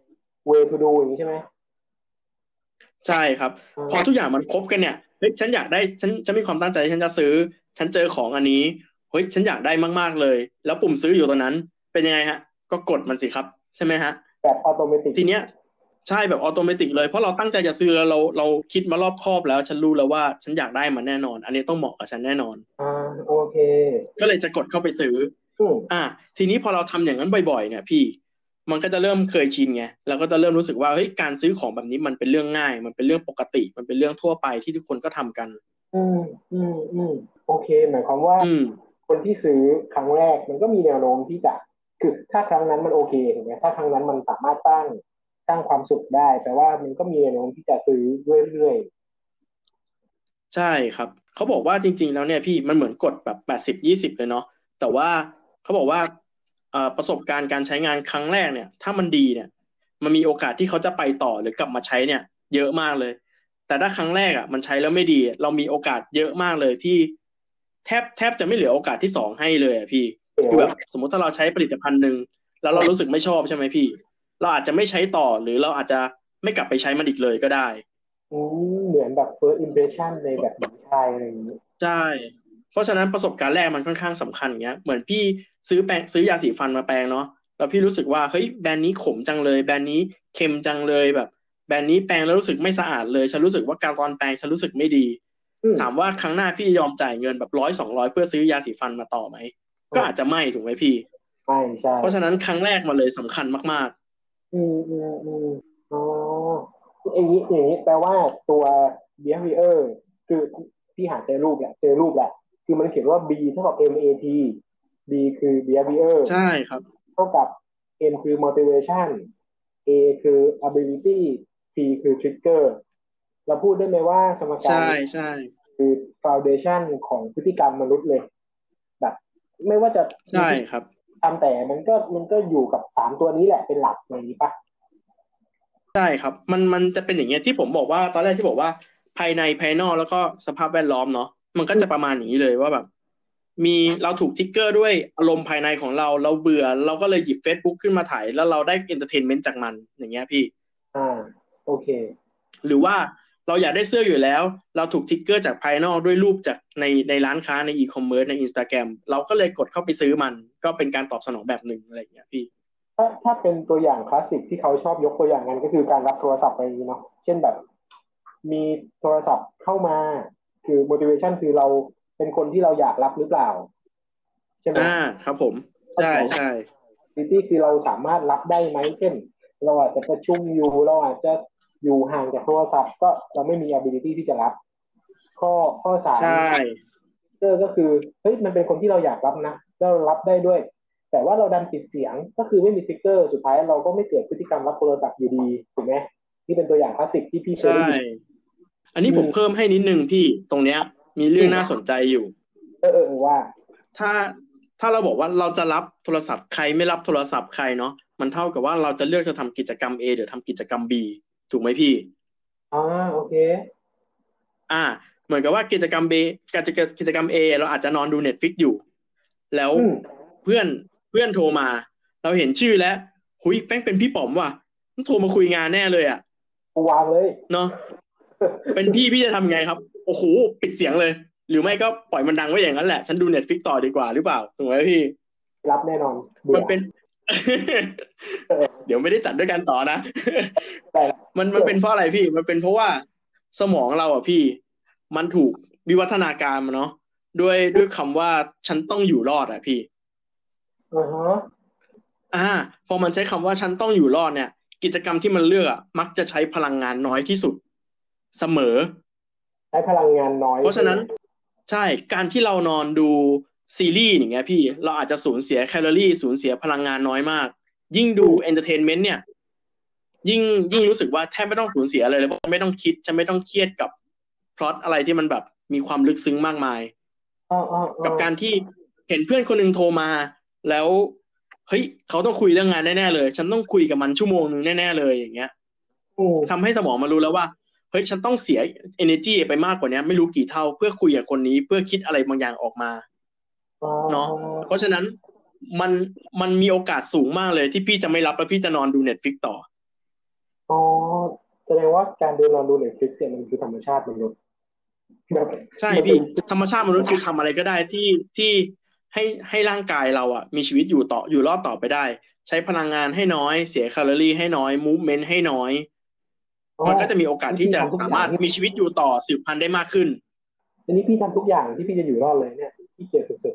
way to do อย่างนี้ใช่ไหมใช่ครับพอทุอ่ากอย่างมันครบกันเนี่ยเฮ้ยฉันอยากได้ฉันฉันมีความตั้งใจที่ฉันจะซื้อฉันเจอของอันนี้เฮ้ยฉันอยากได้มากๆเลยแล้วปุ่มซื้ออยู่ตรงนั้นเป็นยังไงฮะก็กดมันสิครับใช่ไหมฮะแบบออโตเมติกทีเนี้ยใช่แบบออโตเมติกเลยเพราะเราตั้งใจจะซื้อแล้วเราเราคิดมารอบคอบแล้วฉันรู้แล้วว่าฉันอยากได้มันแน่นอนอันนี้ต้องเหมาะกับฉันแน่นอนอ่าโอเคก็เลยจะกดเข้าไปซื้ออืมอ่ะทีนี้พอเราทำอย่างนั้นบ่อยๆเนี่ยพี่มันก็จะเริ่มเคยชินไงเราก็จะเริ่มรู้สึกว่าเฮ้ยการซื้อของแบบนี้มันเป็นเรื่องง่ายมันเป็นเรื่องปกติมันเป็นเรื่องทั่วไปที่ทุกคนก็ทำกันอืมอืมอืมโอเคหมายความว่าอืมคนที่ซื้อครั้งแรกมันก็มีแนวโน้มที่จะคือถ้าครั้งนั้นมันโอเคถูกไหมถ้าครั้งนั้นมันสามารถสร้างสร้างความสุขได้แปลว่ามันก็มีแนวโน้มที่จะซื้อเรื่อยใช่ครับเขาบอกว่าจริงๆแล้วเนี่ยพี่มันเหมือนกฎแบบแปดสิบยี่สิบเลยเนาะแต่ว่าเขาบอกว่าเอ่อประสบการณ์การใช้งานครั้งแรกเนี่ยถ้ามันดีเนี่ยมันมีโอกาสที่เขาจะไปต่อหรือกลับมาใช้เนี่ยเยอะมากเลยแต่ถ้าครั้งแรกอ่ะมันใช้แล้วไม่ดีเรามีโอกาสเยอะมากเลยที่แทบแทบจะไม่เหลือโอกาสที่สองให้เลยอ่ะพี่ๆเดี๋ยวคือแบบสมมติถ้าเราใช้ผลิตภัณฑ์หนึ่งแล้วเรารู้สึกไม่ชอบใช่ไหมพี่เราอาจจะไม่ใช้ต่อหรือเราอาจจะไม่กลับไปใช้มันอีกเลยก็ได้อืมเหมือนแบบ first impression ในแบบหญิงชายอะไรอย่างนี้ใช่ เพราะฉะนั้นประสบการณ์แรกมันค่อนข้างสำคัญอย่างเงี้ยเหมือนพี่ซื้อแปรงซื้อยาสีฟันมาแปรงเนาะแล้วพี่รู้สึกว่าเฮ้ยแบรนด์นี้ขมจังเลยแบรนด์นี้เค็มจังเลยแบบแบรนด์นี้แปรงแล้วรู้สึกไม่สะอาดเลยฉันรู้สึกว่าการตอนแปรงฉันรู้สึกไม่ดีอืมถามว่าครั้งหน้าพี่ยอมจ่ายเงินแบบร้อยสองร้อยเพื่อซื้อยาสีฟันมาต่อไหมก็อาจอ่าจะไม่ถูกไหมพี่ไม่ใช่เพราะฉะนั้นครั้งแรกมันเลยสำคัญมากอืมอืมอืมอ๋ออย่างนี้อย่างนี้แปลว่าตัว behavior คือพี่หาเจอรูปแหละเจอรูปแหละคือมันเขียนว่า B เท่ากับ เอ็ม เอ ที B คือ behavior ๆใช่ครับเท่ากับ M คือ motivation A คือ ability T คือ trigger เราพูดได้ไหมว่าสมกาใช่รนี้ใช่คือ foundation ของพฤติกรรมมนุษย์เลยแบบไม่ว่าจะใช่มีพฤติครับกรรมแต่มันก็มันก็อยู่กับสามตัวนี้แหละเป็นหลักอย่างนี้ปะใช่ครับมันมันจะเป็นอย่างเงี้ยที่ผมบอกว่าตอนแรกที่บอกว่าภายในภายนอกแล้วก็สภาพแวดล้อมเนาะมันก็อืมจะประมาณอย่างนี้เลยว่าแบบมีเราถูกทิกเกอร์ด้วยอารมณ์ภายในของเราเราเบื่อเราก็เลยหยิบ Facebook ขึ้นมาถ่ายแล้วเราได้เอนเตอร์เทนเมนต์จากมันอย่างเงี้ยพี่อ่าโอเคหรือว่าเราอยากได้เสื้ออยู่แล้วเราถูกทิกเกอร์จากภายนอกด้วยรูปจากในในร้านค้าในอีคอมเมิร์ซในอินสตาแกรมเราก็เลยกดเข้าไปซื้อมันก็เป็นการตอบสนองแบบหนึ่งอะไรอย่างเงี้ยพี่ถ้าถ้าเป็นตัวอย่างคลาสสิกที่เขาชอบยกตัวอย่างกันก็คือการรับโทรศัพท์ไปอย่างนี้เนาะเช่นแบบมีโทรศัพท์เข้ามาคือ motivation คือเราเป็นคนที่เราอยากรับหรือเปล่าใช่ไหมอ่าครับผมใช่ข้อสองใช่ ability คือเราสามารถรับได้ไหมเช่นเราอาจจะประชุมอยู่เราอาจจะอยู่ห่างจากโทรศัพท์ก็เราไม่มี ability ที่จะรับข้อข้อสาใช่มเจอก็คือเฮ้ยมันเป็นคนที่เราอยากรับนะเรารับได้ด้วยแต่ว่าเราดันปิดเสียงก็คือไม่มีสติ๊กเกอร์สุดท้ายเราก็ไม่เกิดพฤติกรรมรับโทรศัพท์อยู่ดีถูกไหมที่เป็นตัวอย่างคลาสสิกที่พี่เคใช่ยได้ยินอันนี้อืมผมเพิ่มให้นิดนึงพี่ตรงเนี้ยมีเรื่อืมองน่าสนใจอยู่เออเออเออว่าถ้าถ้าเราบอกว่าเราจะรับโทรศัพท์ใครไม่รับโทรศัพท์ใครเนาะมันเท่ากับว่าเราจะเลือกจะทำกิจกรรม A หรือทำกิจกรรม B ถูกไหมพี่อ่าโอเคอ่าเหมือนกับว่ากิจกรรม B กิจกรรมกิจกรรม A เราอาจจะนอนดู Netflix อยู่แล้วอืมเพื่อนเพื่อนโทรมาเราเห็นชื่อแล้วหุยแป้งเป็นพี่ป๋อมว่ะต้องโทรมาคุยงานแน่เลยอ่ะวางเลยเนาะ เป็นพี่พี่จะทำไงครับโอ้โหปิดเสียงเลยหรือไม่ก็ปล่อยมันดังไว้อย่างนั้นแหละฉันดูเน็ตฟลิกต่อดีกว่าหรือเปล่าถูกไหมพี่รับแน่นอนเบื่อมันเป็นเออเดี๋ยวไม่ได้จัดด้วยกันต่อนะได้ละมันมันเป็นเพราะอะไรพี่มันเป็นเพราะว่าสมองเราอ่ะพี่มันถูกวิวัฒนาการมาเนาะด้วยด้วยคำว่าฉันต้องอยู่รอดอ่ะพี่อือฮะอ่าพอมันใช้คำว่าฉันต้องอยู่รอดเนี่ยกิจกรรมที่มันเลือกอ่ะมักจะใช้พลังงานน้อยที่สุดเสมอใช้พลังงานน้อยใช่ไหมเพราะฉะนั้นใช่การที่เรานอนดูซีรีส์อย่างเงี้ยพี่เราอาจจะสูญเสียแคลอรี่สูญเสียพลังงานน้อยมากยิ่งดูเอนเตอร์เทนเมนต์เนี่ยยิ่งยิ่งรู้สึกว่าแทบไม่ต้องสูญเสียอะไรเลยเพราะไม่ต้องคิดจะไม่ต้องเครียดกับพล็อตอะไรที่มันแบบมีความลึกซึ้งมากมายอ๋ออ๋ออ๋อกับการที่เห็นเพื่อนคนหนึ่งโทรมาแล้วเฮ้ยเขาต้องคุยเรื่องงานแน่ๆเลยฉันต้องคุยกับมันชั่วโมงนึงแน่ๆเลยอย่างเงี้ยอืมทำให้สมองมันรู้แล้วว่าเฮ้ยฉันต้องเสีย เอเนอร์จี้ ไปมากกว่านี้ไม่รู้กี่เท่าเพื่อคุยกับคนนี้เพื่อคิดอะไรบางอย่างออกมาอ๋อเนาะเพราะฉะนั้นมันมันมีโอกาสสูงมากเลยที่พี่จะไม่รับแล้วพี่จะนอนดู Netflix ต่ออ๋อแสดงว่าการดูนอนดูเน็ตฟลิกซ์เนี่ยมันคือธรรมชาติมนุษย์แบบใช่พี่มันเป็นธรรมชาติมนุษย์คือทำอะไรก็ได้ที่ที่ให้ให้ร่างกายเราอ่ะมีชีวิตอยู่ต่ออยู่รอดต่อไปได้ใช้พลังงานให้น้อยเสียแคลอรี่ให้น้อยมูฟเมนต์ให้น้อยอ๋อมันก็จะมีโอกาสที่จะนี่พี่ทำทุกสามารถอย่างที่มีชีวิตอยู่ต่อสืบพันธุ์ได้มากขึ้นอันนี้พี่ทำทุกอย่างที่พี่จะอยู่รอดเลยเนี่ยพี่เกียจสุด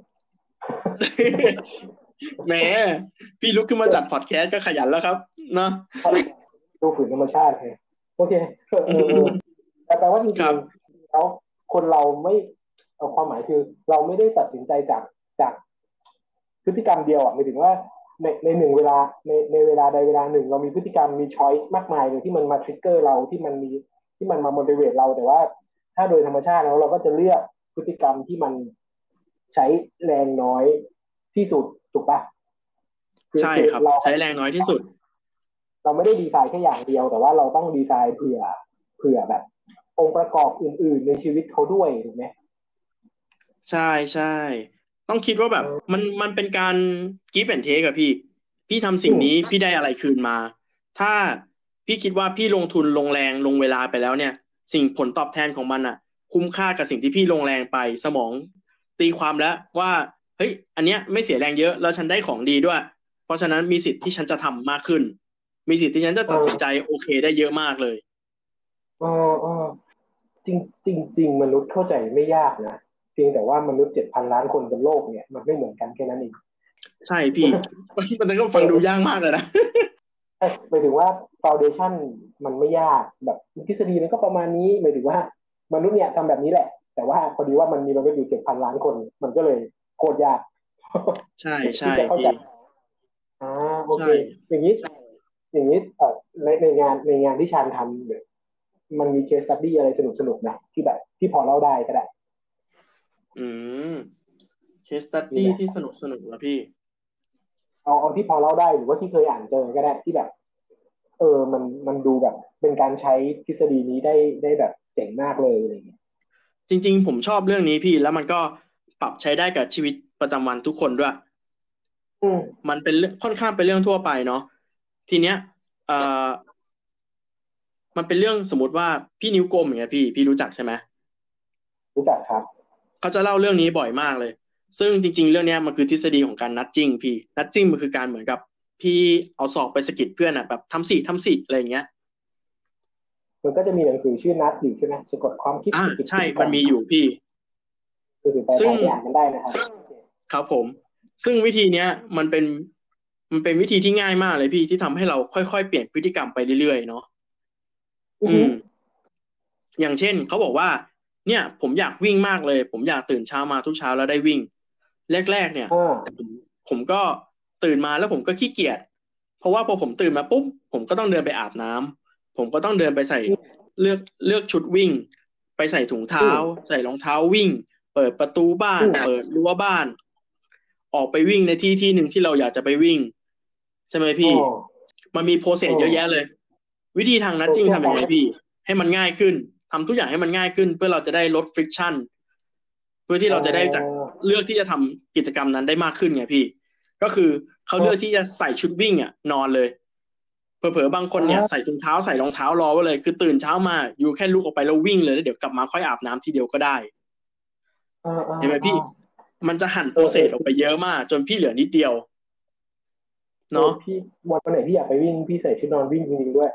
แหมพี่ลุกขึ้นมาจัดพอดแคสต์ก็ขยันแล้วครับเนาะๆดูฝืนธรรมชาติไงโอเคเออเออเออแต่แปลว่าจคริงรับๆแล้วคนเราไม่เอาความหมายคือเราไม่ได้ตัดสินใจจากจากพฤติกรรมเดียวอ่ะหมายถึงว่าในในหนึ่งเวลาในในเวลาใดเวลาหนึ่งเรามีพฤติกรรมมีช้อยส์มากมายเลยที่มันมาทริกเกอร์เราที่มันมีที่มันมา motivate เราแต่ว่าถ้าโดยธรรมชาติแล้วเราก็จะเลือกพฤติกรรมที่มันใช้แรงน้อยที่สุดถูกปะคือใช่คือเราครับใช้แรงน้อยที่สุดเราไม่ได้ดีไซน์แค่อย่างเดียวแต่ว่าเราต้องดีไซน์เผื่อเผื่อแบบองค์ประกอบอื่นๆในชีวิตเขาด้วยถูกไหมใช่ใช่ต้องคิดว่าแบบมันมันเป็นการ give and take อะพี่พี่ทำสิ่อืมงนี้พี่ได้อะไรคืนมาถ้าพี่คิดว่าพี่ลงทุนลงแรงลงเวลาไปแล้วเนี่ยสิ่งผลตอบแทนของมันอะคุ้มค่ากับสิ่งที่พี่ลงแรงไปสมองตีความแล้วว่าเฮ้ยอันเนี้ยไม่เสียแรงเยอะแล้วฉันได้ของดีด้วยเพราะฉะนั้นมีสิทธิ์ที่ฉันจะทำมากขึ้นมีสิทธิ์ที่ฉันจะตัดสินใจเออโอเคได้เยอะมากเลยเออเออ จริงจริงจริงมนุษย์เข้าใจไม่ยากนะเพียงแต่ว่ามนุษย์เจ็ดพันล้านคนบนโลกเนี่ยมันไม่เหมือนกันแค่นั้นเองใช่พี่มันก็ฟังดูยากมากเลยนะหมายถึงว่าฟ u วเดชั o นมันไม่ยากแบบทฤษฎีมันก็ประมาณนี้หมายถึงว่ามนุษย์เนี่ยทำแบบนี้แหละแต่ว่าพอดีว่ามันมีมนุษย์อยู่เจ็ดพันล้านคนมันก็เลยโคตรยากใช่ใช่ที่จะเข้าใจพี่อ่าโอเคใช่อย่างนี้อย่างนี้เอ่อในในงานในงานที่ชาญทำเนี่ยมันมีเคสสตัดดี้อะไรสนุกสนุกนะที่แบบที่พอเล่าได้ก็ได้อืมเคสตัดมีไหมดี้ที่สนุกสนุกแล้วพี่เอาเอาที่พอเล่าได้หรือว่าที่เคยอ่านเจอก็ได้ที่แบบเออมันมันดูแบบเป็นการใช้ทฤษฎีนี้ได้ได้แบบเจ๋งมากเลยอะไรอย่างเงี้ยจริงๆผมชอบเรื่องนี้พี่แล้วมันก็ปรับใช้ได้กับชีวิตประจำวันทุกคนด้วยอืมมันเป็นเรื่องค่อนข้างเป็นเรื่องทั่วไปเนาะทีเนี้ยเอ่อมันเป็นเรื่องสมมติว่าพี่นิ้วกลมอย่างเงี้ยพี่พี่รู้จักใช่ไหมรู้จักครับเขาจะเล่าเรื่องนี้บ่อยมากเลยซึ่งจริงๆเรื่องเนี้ยมันคือทฤษฎีของการนัดจิ้งพี่นัดจิ้งมันคือการเหมือนกับพี่เอาศอกไปสะกิดเพื่อนอ่ะแบบทำสิทำสิอะไรอย่างเงี้ยมันก็จะมีหนังสือชื่อนัดอยู่ใช่ไหมสะกดความคิดอ่าสะกิดพใช่ฤติกรรมมันมีอยู่พี่หนังสือแปลไทซึ่งยที่อ่านกันได้นะครับครับผมซึ่งวิธีเนี้ยมันเป็นมันเป็นวิธีที่ง่ายมากเลยพี่ที่ทำให้เราค่อยๆเปลี่ยนพฤติกรรมไปเรื่อยๆเนาะอือฮึอืมอย่างเช่นเขาบอกว่าเนี่ยผมอยากวิ่งมากเลยผมอยากตื่นเช้ามาทุกเช้าแล้วได้วิ่งแรกๆเนี่ยอ่าผมผมก็ตื่นมาแล้วผมก็ขี้เกียจเพราะว่าพอผมตื่นมาปุ๊บผมก็ต้องเดินไปอาบน้ำผมก็ต้องเดินไปใส่อืมเลือกเลือกชุดวิ่งไปใส่ถุงเท้าอืมใส่รองเท้าวิ่งเปิดประตูบ้านอืมเปิดรั้วบ้าน ออกไปวิ่งในที่ที่หนึ่งที่เราอยากจะไปวิ่งใช่ไหมอ๋อพี่มันมีโปรเซอ๋อสเยอะแยะเลยวิธีทางนัดจิ้งเพื่อความทำยังไงพี่ให้มันง่ายขึ้นทำทุกอย่างให้มันง่ายขึ้นเพื่อเราจะได้ลดฟริ c ชั o นเพื่อที่อ๋อเราจะได้จากเลือกที่จะทำกิจกรรมนั้นได้มากขึ้นไงพี่ก็คือเขาอ๋อเลือกที่จะใส่ชุดวิ่งอ่ะนอนเลยเผลอๆบางคนเนี่ยใส่อ่าถุงเท้าใส่รองเท้ารอไว้เลยคือตื่นเช้ามาอยู่แค่ลุกออกไปแล้ววิ่งเลยแล้วเดี๋ยวกลับมาค่อยอาบน้ำทีเดียวก็ได้อ่าอ่าอ่าเห็นไหมพี่มันจะหั่นโปเออเออรเซสออกไปเยอะมากจนพี่เหลือนิดเดียวเออเนาะพี่วันไหนพี่อยากไปวิ่งพี่ใส่ชุดนอนวิ่งจริงๆด้วย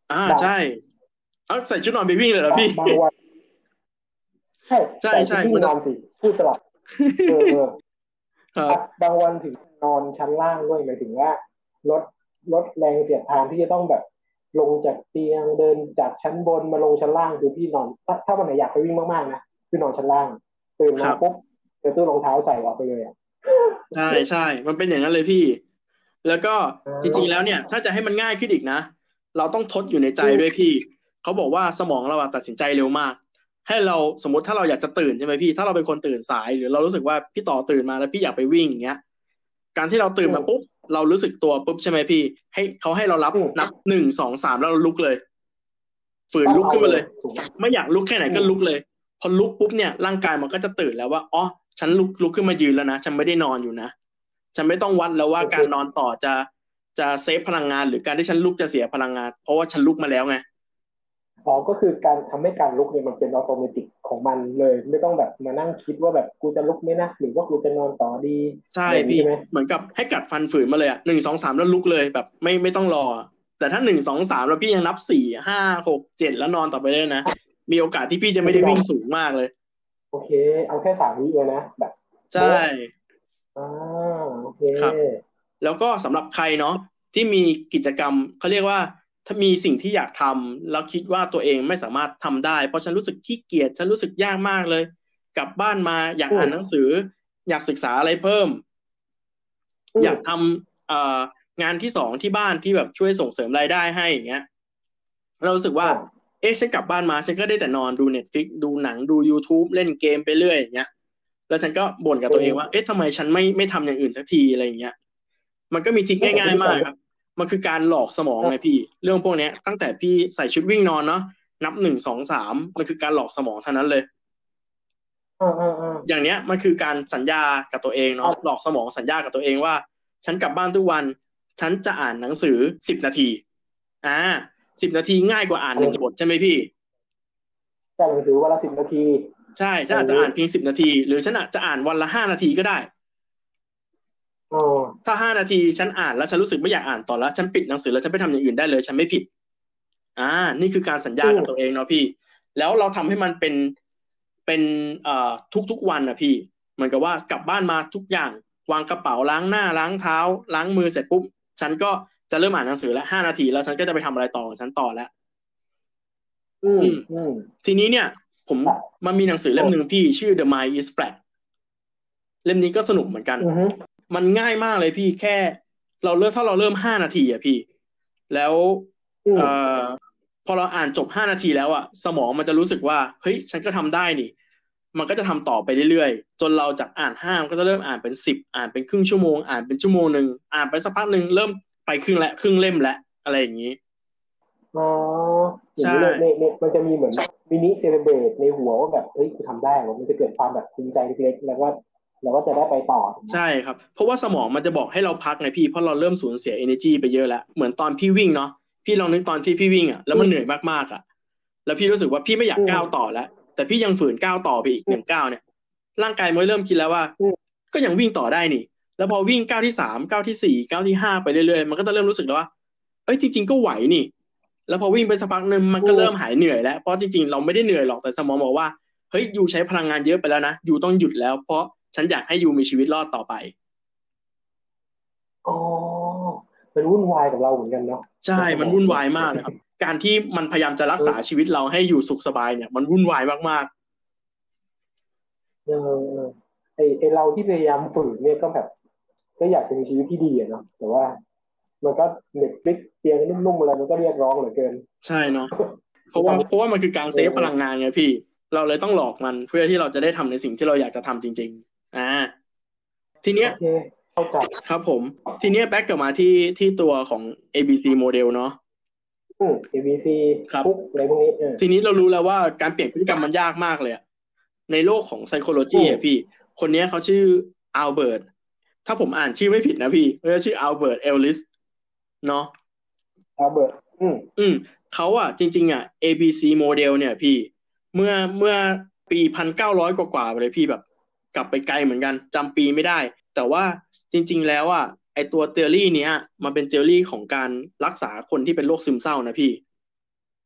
อ่าบางใช่เอาใส่ชุดนอนไปวิ่งเลยเหรอบางพี่บางวันใช่ใช่ใส่ชุใช่มันจะดวิ่งนอนสิพูดสลับเออเออครับบางวันถึงนอนชั้นล่างด้วยหมายถึงว่าลดลดแรงเสียดทานที่จะต้องแบบลงจากเตียงเดินจากชั้นบนมาลงชั้นล่างคือพี่นอนถ้าถ้าวันไหนอยากไปวิ่งมากๆนะพี่นอนชั้นล่างตื่นครับมาปุ๊บเจอตู้รองเท้าใส่ออกไปเลยอ่ะใช่ใช่มันเป็นอย่างนั้นเลยพี่แล้วก็อ่จริงๆแล้วาเนี่ยถ้าจะให้มันง่ายขึ้นอีกนะเราต้องทดอยู่ในใจอืมด้วยพี่เขาบอกว่าสมองเราอะตัดสินใจเร็วมากให้เราสมมติถ้าเราอยากจะตื่นใช่ไหมพี่ถ้าเราเป็นคนตื่นสายหรือเรารู้สึกว่าพี่ต่อตื่นมาแล้วพี่อยากไปวิ่งอย่างเงี้ยการที่เราตื่นอืมมาปุ๊บเรารู้สึกตัวปุ๊บใช่ไหมพี่ให้เขาให้เรารับอืมนับหนึ่งสองสามแล้วเราลุกเลยฝืนต้องเอาเลยลุกขึ้นมาเลยถูกไหมไม่อยากลุกแค่ไหนอืมก็ลุกเลยพอลุกปุ๊บเนี่ยร่างกายมันก็จะตื่นแล้วว่าอ๋อฉันลุกลุกขึ้นมายืนแล้วนะฉันไม่ได้นอนอยู่นะ ฉันไม่ต้องวัดแล้วว่าโอเคการนอนต่อจะจะเซฟพลังงานหรือการที่ฉันลุกจะเสียพลังงานเพราะว่าฉันลุกมาแล้วไงอ๋อก็คือการทำให้การลุกเนี่ยมันเป็นอัตโนมัติของมันเลยไม่ต้องแบบมานั่งคิดว่าแบบกูจะลุกไหมนะหรือว่ากูจะนอนต่อดีใช่พี่อะไรอย่างนี้ใช่ไหมเหมือนกับให้กัดฟันฝืนมาเลยอ่ะหนึ่งสองสามแล้วลุกเลยแบบไม่ไม่ต้องรอแต่ถ้าหนึ่งสองสามแล้วพี่ยังนับสี่ห้าหกเจ็ดแล้วนอนต่อไปเลยนะมีโอกาสที่พี่จะไม่ได้วิ่งมันคือการสูงมากเลยโอเคเอาแค่สามวิเลยนะแบบใช่โบ๊ะอ่าโอเคครับ แล้วก็สำหรับใครเนาะที่มีกิจกรรมเขาเรียกว่าถ้ามีสิ่งที่อยากทำแล้วคิดว่าตัวเองไม่สามารถทำได้เพราะฉันรู้สึกขี้เกียจฉันรู้สึกยากมากเลยกลับบ้านมาอยากอืมอ่านหนังสืออยากศึกษาอะไรเพิ่มอืมอยากทำเอ่องานที่สองที่บ้านที่แบบช่วยส่งเสริมรายได้ให้อย่างเงี้ยเรารู้สึกว่าอ่าเอ๊ะฉันกลับบ้านมาฉันก็ได้แต่นอนดู Netflix ดูหนังดู YouTube เล่นเกมไปเรื่อยอย่างเงี้ยแล้วฉันก็บ่นกับตัวเองว่าเป็นเอ๊ะทำไมฉันไม่ไม่ทำอย่างอื่นสักทีอะไรอย่างเงี้ย มันก็มีทริคไม่แต่พฤติกรรมง่ายๆมากครับมันคือการหลอกสมองอ่าไงพี่เรื่องพวกเนี้ยตั้งแต่พี่ใส่ชุดวิ่งนอนเนาะนับหนึ่งสองสามมันคือการหลอกสมองเท่านั้นเลยอ่าอ่าอ่าอย่างเนี้ยมันคือการสัญญากับตัวเองเนาะหลอ่าอกสมองสัญญากับตัวเองว่าฉันกลับบ้านทุกวันฉันจะอ่านหนังสือสิบนาทีอ่าสิบนาทีง่ายกว่าอ่านหนึ่งบทอะไรใช่ไหมพี่แต่หนังสือวันละสิบนาทีใช่ฉันอาจจะอะไรอย่างนี้อ่านเพียงสิบนาทีหรือฉันอาจจะอ่านวันละห้านาทีก็ได้อ๋อถ้าห้านาทีฉันอ่านแล้วฉันรู้สึกไม่อยากอ่านต่อแล้วฉันปิดหนังสือแล้วฉันไปทำอย่างอื่นได้เลยฉันไม่ผิดอ่านี่คือการสัญญาอืมกับตัวเองเนาะพี่แล้วเราทำให้มันเป็นเป็นเอ่อทุกๆวันนะพี่เหมือนกับว่ากลับบ้านมาทุกอย่างวางกระเป๋าล้างหน้าล้างเท้าล้างมือเสร็จปุ๊บฉันก็จะเริ่มอ่านหนังสือแล้วห้านาทีแล้วฉันก็จะไปทำอะไรต่อของฉันต่อแล้วอืมอืมอืมทีนี้เนี่ยผมอ่ะมันมีหนังสือเล่โอ้มหนึ่งพี่ชื่อ The Mind is Flat เล่มนี้ก็สนุกเหมือนกันอือฮึมันง่ายมากเลยพี่แค่เราเริ่มถ้าเราเริ่มห้านาทีอะพี่แล้วเอ่อืมอพอเราอ่านจบห้านาทีแล้วอะสมองมันจะรู้สึกว่าเฮ้ยฉันก็ทำได้นี่มันก็จะทำต่อไปเรื่อยๆจนเราจากอ่านห้ามันก็จะเริ่มอ่านเป็นสิบอ่านเป็นครึ่งชั่วโมงอ่านเป็นชั่วโมงหนึ่งอ่านไปสักพักหนึ่งเริ่มไปครึ่งและครึ่งเล่มและอะไรอย่างนี้อ๋ออย่าใช่งนี้เลยในในมันจะมีเหมือนมินิเซเลบรตในหัวว่าแบบเฮ้ยกูทำได้วะมันจะเกิดความแบบภูมิใจเล็กๆแล้วก็เราก็จะได้ไปต่อถูกไหมใช่ครับเพราะว่าสมองมันจะบอกให้เราพักไงพี่เพราะเราเริ่มสูญเสีย energy ไปเยอะแล้วเหมือนตอนพี่วิ่งเนาะพี่ลองนึกตอนพี่พี่วิ่งอ่ะแล้วอืมมันเหนื่อยมากๆอ่ะแล้วพี่รู้สึกว่าพี่ไม่อยากอืก้าวต่อมแล้วแต่พี่ยังฝืนก้าวต่อไปอีกหอืมนึ่งก้าวเนี่ยร่างกายมันเริ่มคิดแล้วว่าอืมก็ยังวิ่งต่อได้นี่แล้วพอวิ่งก้าวที่สามก้าวที่สี่ก้าวที่ห้าไปเรื่อยๆมันก็จะเริ่มรู้สึกแล้วว่าเอ้ยจริงๆก็ไหวนี่แล้วพอวิ่งไปสักพักหนึ่งมันอืก็เริ่มมหายเหนื่อยแล้วเพราะจริงๆเราไม่ได้เหนื่อยหรอกแต่สมองบอกว่าเฮ้ยยูใช้พลังงานเยอะไปแล้วนะยูต้องหยุดแล้วเพราะฉันอยากให้ยูมีชีวิตรอดต่อไปอ๋อมันวุ่นวายกับเราเหมือนกันเนาะใช่เนาะสมันวุ่นมองเนี่ยวายมากเลยครับการที่มันพยายามจะรักเออษาชีวิตเราให้อยู่สุขสบายเนี่ยมันวุ่นวายมากเออเออไอไอเราที่พยายามฝืนเนี่ยก็แบบก็อยากจะมีชีวิตที่ดีอะเนาะแต่ว่ามันก็เน็ตฟลิกเตียงนุ่มๆอะไรมันก็เรียกร้องเหลือเกินๆใช่เนาะเพราะว่าเพราะว่ามันคือการเอเซฟพลังองานไงพี่เราเลยต้องหลอกมันเพื่อที่เราจะได้ทำในสิ่งที่เราอยากจะทำจริงๆอ่าทีเนี้ยโอเคเข้าใจครับผมทีเนี้ยแบ็กกลับมาที่ที่ตัวของ เอ บี ซี โมเดลเนาะอืม เอ บี ซีครับคุกอะไรพวกนี้เออทีนี้เรารู้แล้วว่าการเปลี่ยนพฤติกรรมมันยากมากเลยอะในโลกของอื psychology มอะพี่คนเนี้ยเขาชื่ออัลเบิร์ตถ้าผมอ่านชื่อไม่ผิดนะพี่เขาจะชื่ออัลเบิร์ตเอลลิสเนาะอัลเบิร์ตอืมอืมเขาอ่ะจริงๆอ่ะ เอ บี ซี โมเดลเนี่ยพี่เมื่อเมื่อปีพันเก้าร้อยกว่าๆไปเลยพี่แบบกลับไปไกลเหมือนกันจำปีไม่ได้แต่ว่าจริงๆแล้วอ่ะไอตัว theory เนี้ยมันเป็น theory ของการรักษาคนที่เป็นโรคซึมเศร้านะพี่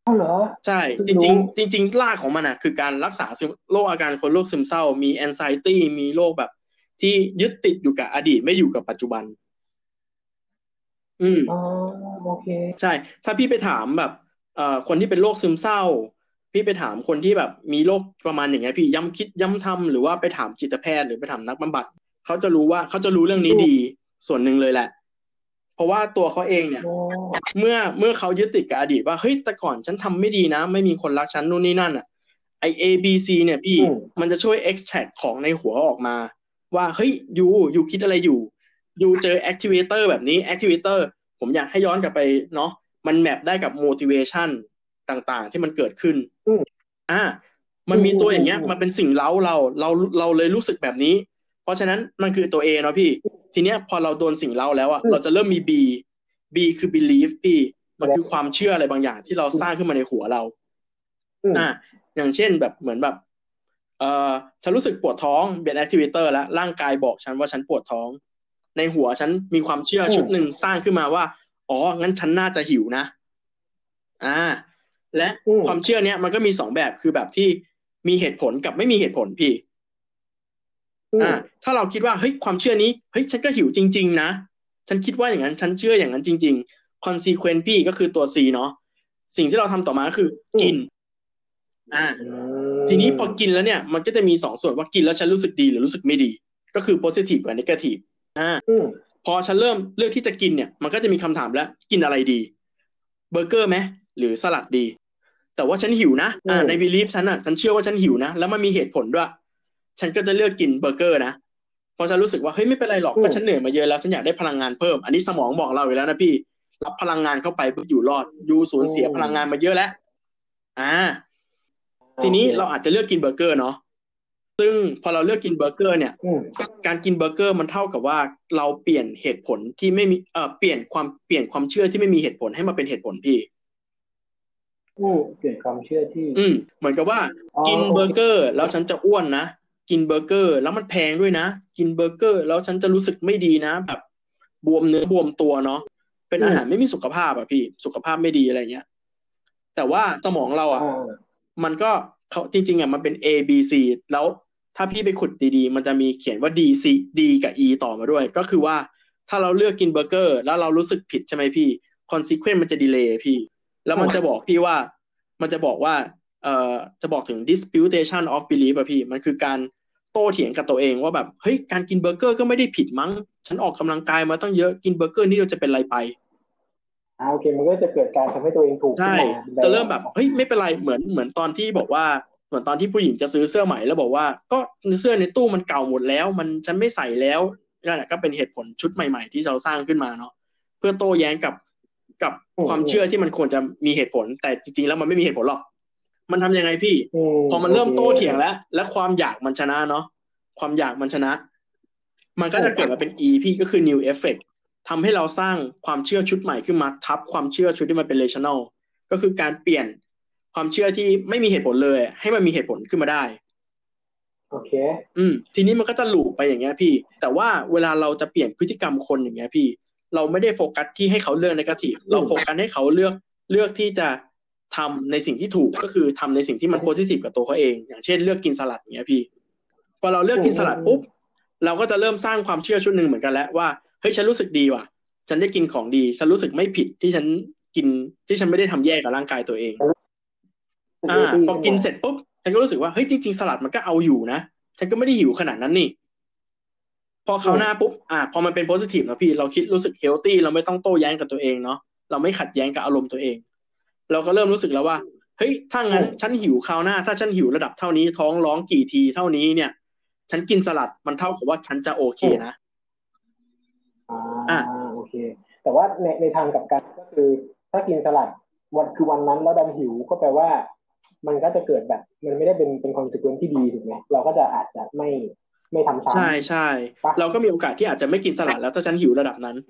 อ้าวเหรอใช่จริงๆจริงๆรากของมันอ่ะคือการรักษาโรคอาการคนโรคซึมเศร้ามี anxiety มีโรคแบบที่ยึดติดอยู่กับอดีตไม่อยู่กับปัจจุบันอืมอ๋อโอเคใช่ถ้าพี่ไปถามแบบเอ่อคนที่เป็นโรคซึมเศร้าพี่ไปถามคนที่แบบมีโรคประมาณอย่างเงี้ยพี่ย้ำคิดย้ำทำหรือว่าไปถามจิตแพทย์หรือไปถามนักบำบัดเขาจะรู้ว่าเขาจะรู้เรื่องนี้ดีส่วนหนึ่งเลยแหละเพราะว่าตัวเขาเองเนี่ยโอ้เมื่อเมื่อเขายึดติดกับอดีตว่าเฮ้ยแต่ก่อนฉันทำไม่ดีนะไม่มีคนรักฉันนู่นนี่นั่นอ่ะไอ A B C เนี่ยพี่อืมมันจะช่วย extract ของในหัวออกมาว่าเฮ้ยยูยูคิดอะไรอยู่ยูเจอ activator แบบนี้ activator ผมอยากให้ย้อนกลับไปเนาะมันแมปได้กับ motivation ต่างๆที่มันเกิดขึ้นอืมอ่ามัอืมนมีตัวอืมอืมอืมอย่างเงี้ยมันเป็นสิ่งเร้าเราเราเราเลยรู้สึกแบบนี้เพราะฉะนั้นมันคือตัว A เนาะพี่ทีเนี้ยพอเราโดนสิ่งเร้าแล้วอ่ะอืมเราจะเริ่มมี B B คือ belief พี่มันคือแสดงความเชื่ออะไรบางอย่างที่เราสร้างขึ้นมาในหัวเราอืมอ่าอย่างเช่นแบบเหมือนแบบเออฉันรู้สึกปวดท้องเป็น activator แล้วร่างกายบอกฉันว่าฉันปวดท้องในหัวฉันมีความเชื่ออืมชุดหนึ่งสร้างขึ้นมาว่าอ๋องั้นฉันน่าจะหิวนะอ่าและอืมความเชื่อเนี้ยมันก็มีสองแบบคือแบบที่มีเหตุผลกับไม่มีเหตุผลพี่ อ่าอืมถ้าเราคิดว่าเฮ้ยความเชื่อนี้เฮ้ยฉันก็หิวจริงๆนะฉันคิดว่าอย่างนั้นฉันเชื่ออย่างนั้นจริงๆ consequence พี่ก็คือตัว C เนาะสิ่งที่เราทำต่อมาก็คืออืมกินอ่าอืทีนี้พอมกินแล้วเนี่ยมันก็จะมีสองส่วนว่ากินแล้วฉันรู้สึกดีหรือรู้สึกไม่ดีก็คือ positive กับ negative อืมพอฉันเริ่มเลือกที่จะกินเนี่ยมันก็จะมีคำถามแล้วกินอะไรดีเบอร์เกอร์ไหมหรือสลัดดีแต่ว่าฉันหิวนะอืมอ่าใน belief ฉันอ่ะฉันเชื่อว่าฉันหิวนะแล้วมันมีเหตุผลด้วยฉันก็จะเลือกกินเบอร์เกอร์นะเพราะฉันรู้สึกว่าเฮ้ยไม่เป็นไรหรอกอืมก็ฉันเหนื่อยมาเยอะแล้วฉันอยากได้พลังงานเพิ่มอันนี้สมองบอกเราอยู่แล้วนะพี่รับพลังงานเข้าไปเพื่ออยู่รอดยูสูอืญเสียพลังงานมมาเยอะแล้วอ่าทีโอเคนี้เราอาจจะเลือกกินเบอร์เกอร์เนาะซึ่งพอเราเลือกกินเบอร์เกอร์เนี่ยอืมการกินเบอร์เกอร์มันเท่ากับว่าเราเปลี่ยนเหตุผลที่ไม่มีเอ่อเปลี่ยนความเปลี่ยนความเชื่อที่ไม่มีเหตุผลให้มาเป็นเหตุผลพี่อืมเปลี่ยนความเชื่อที่อืมเหมือนกับว่าอ๋อกินโอเคเบอร์เกอร์แล้วฉันจะอ้วนนะกินเบอร์เกอร์แล้วมันแพงด้วยนะกินเบอร์เกอร์แล้วฉันจะรู้สึกไม่ดีนะแบบบวมเนื้อบวมตัวเนาะเป็นอืมอาหารไม่มีสุขภาพอ่ะพี่สุขภาพไม่ดีอะไรเงี้ยแต่ว่าสมองเราอ่อ่ะามันก็เขาจริงๆอ่ะมันเป็น A B C แล้วถ้าพี่ไปขุดดีๆมันจะมีเขียนว่า D C D กับ E ต่อมาด้วยก็คือว่าถ้าเราเลือกกินเบอร์เกอร์แล้วเรารู้สึกผิดใช่ไหมพี่ consequence มันจะดีเลย์พี่แล้วอืมมันจะบอกพี่ว่ามันจะบอกว่าเอ่อจะบอกถึง disputation of belief อะพี่มันคือการโต้เถียงกับตัวเองว่าแบบเฮ้ยการกินเบอร์เกอร์ก็ไม่ได้ผิดมั้งฉันออกกำลังกายมาตั้งเยอะกินเบอร์เกอร์นี่เราจะเป็นไรไปอ่าโอเคมันก็จะเกิดการทำให้ตัวเองถูกใช่ขึ้นมาเป็นไดจะเริ่มอะแบบเฮ้ยไม่เป็นไรเหมือนเหมือนตอนที่บอกว่าเหมือนตอนที่ผู้หญิงจะซื้อเสื้อใหม่แล้วบอกว่าก็เสื้อในตู้มันเก่าหมดแล้วมันฉันไม่ใส่แล้วนั่นแหละก็เป็นเหตุผลชุดใหม่ๆที่เราสร้างขึ้นมาเนาะเพื่อโต้แย้งกับกับอืมอืมความเชื่อที่มันควรจะมีเหตุผลแต่จริงๆแล้วมันไม่มีเหตุผลหรอกมันทำยังไงพี่อืมพอมันโอเคเริ่มโต้เถียงแล้วและความอยากมันชนะเนาะความอยากมันชนะมันก็อืจะเกิดมามเป็น E พี่ก็คือ new effect ทำให้เราสร้างความเชื่อชุดใหม่ขึ้นมาทับความเชื่อชุดที่มันเป็น rational ก็คือการเปลี่ยนความเชื่อที่ไม่มีเหตุผลเลยให้มันมีเหตุผลขึ้นมาได้โอเคอืมทีนี้มันก็จะลูปไปอย่างเงี้ยพี่แต่ว่าเวลาเราจะเปลี่ยนพฤติกรรมคนอย่างเงี้ยพี่เราไม่ได้โฟกัสที่ให้เขาเลือกนกาทีฟอืมเราโฟกัสให้เขาเลือกเลือกที่จะทำในสิ่งที่ถูกก็คือทำในสิ่งที่มันโพซิทีฟกับตัวเขาเองอย่างเช่นเลือกกินสลัดอย่างเงี้ยพี่พอเราเลือกอืมกินสอืมอืมลัดปุ๊บเราก็จะเริ่มสร้างความเชื่อชุดหนึ่งเหมือนกันแล้วว่าเฮ้ยฉันรู้สึกดีว่ะฉันได้กินของดีฉันรู้สึกไม่ผิดที่ฉันกินที่ฉันไม่ได้ทำแย่กับร่างกายตัวเองเป็นอ่าเฮลตี้พอกินขึ้นมาเสร็จปุ๊บฉันก็รู้สึกว่าเฮ้ยจริงๆสลัดมันก็เอาอยู่นะฉันก็ไม่ได้หิวขนาดนั้นนี่พอคอืมราวหน้าปุ๊บอ่าพอมันเป็นโพซิทีฟนะพี่เราคิดรู้สึกเฮลตี้เราไม่ต้องโต้แย้งกับตัวเองเนาะเราไม่ขัดแย้งกับอารมณ์ตัวเองเราก็เริ่มรู้สึกแล้วว่าเฮ้ยถ้างั้นอืมฉันหิวคราวหน้าถ้าฉันหิวระดับเท่านี้ท้องร้องกี่ทีเท่านี้เนี่ยฉันกินสลัดมันเท่ากับว่าฉันจะโอเคอืมนะอ่อ่ะาโอเคแต่ว่าในในทางกลับกันก็คือถ้ากินสลัดวันคือวันนั้นแล้วดันหิวก็แปลว่ามันก็จะเกิดแบบมันไม่ได้เป็นเป็นคอนซีเควนซ์ที่ดีถูกไหมเราก็จะอาจจะไม่ไม่ทำซ้ใช่ใช่ำปะเราก็มีโอกาสที่อาจจะไม่กินสลัดแล้วถ้าฉันหิวระดับนั้น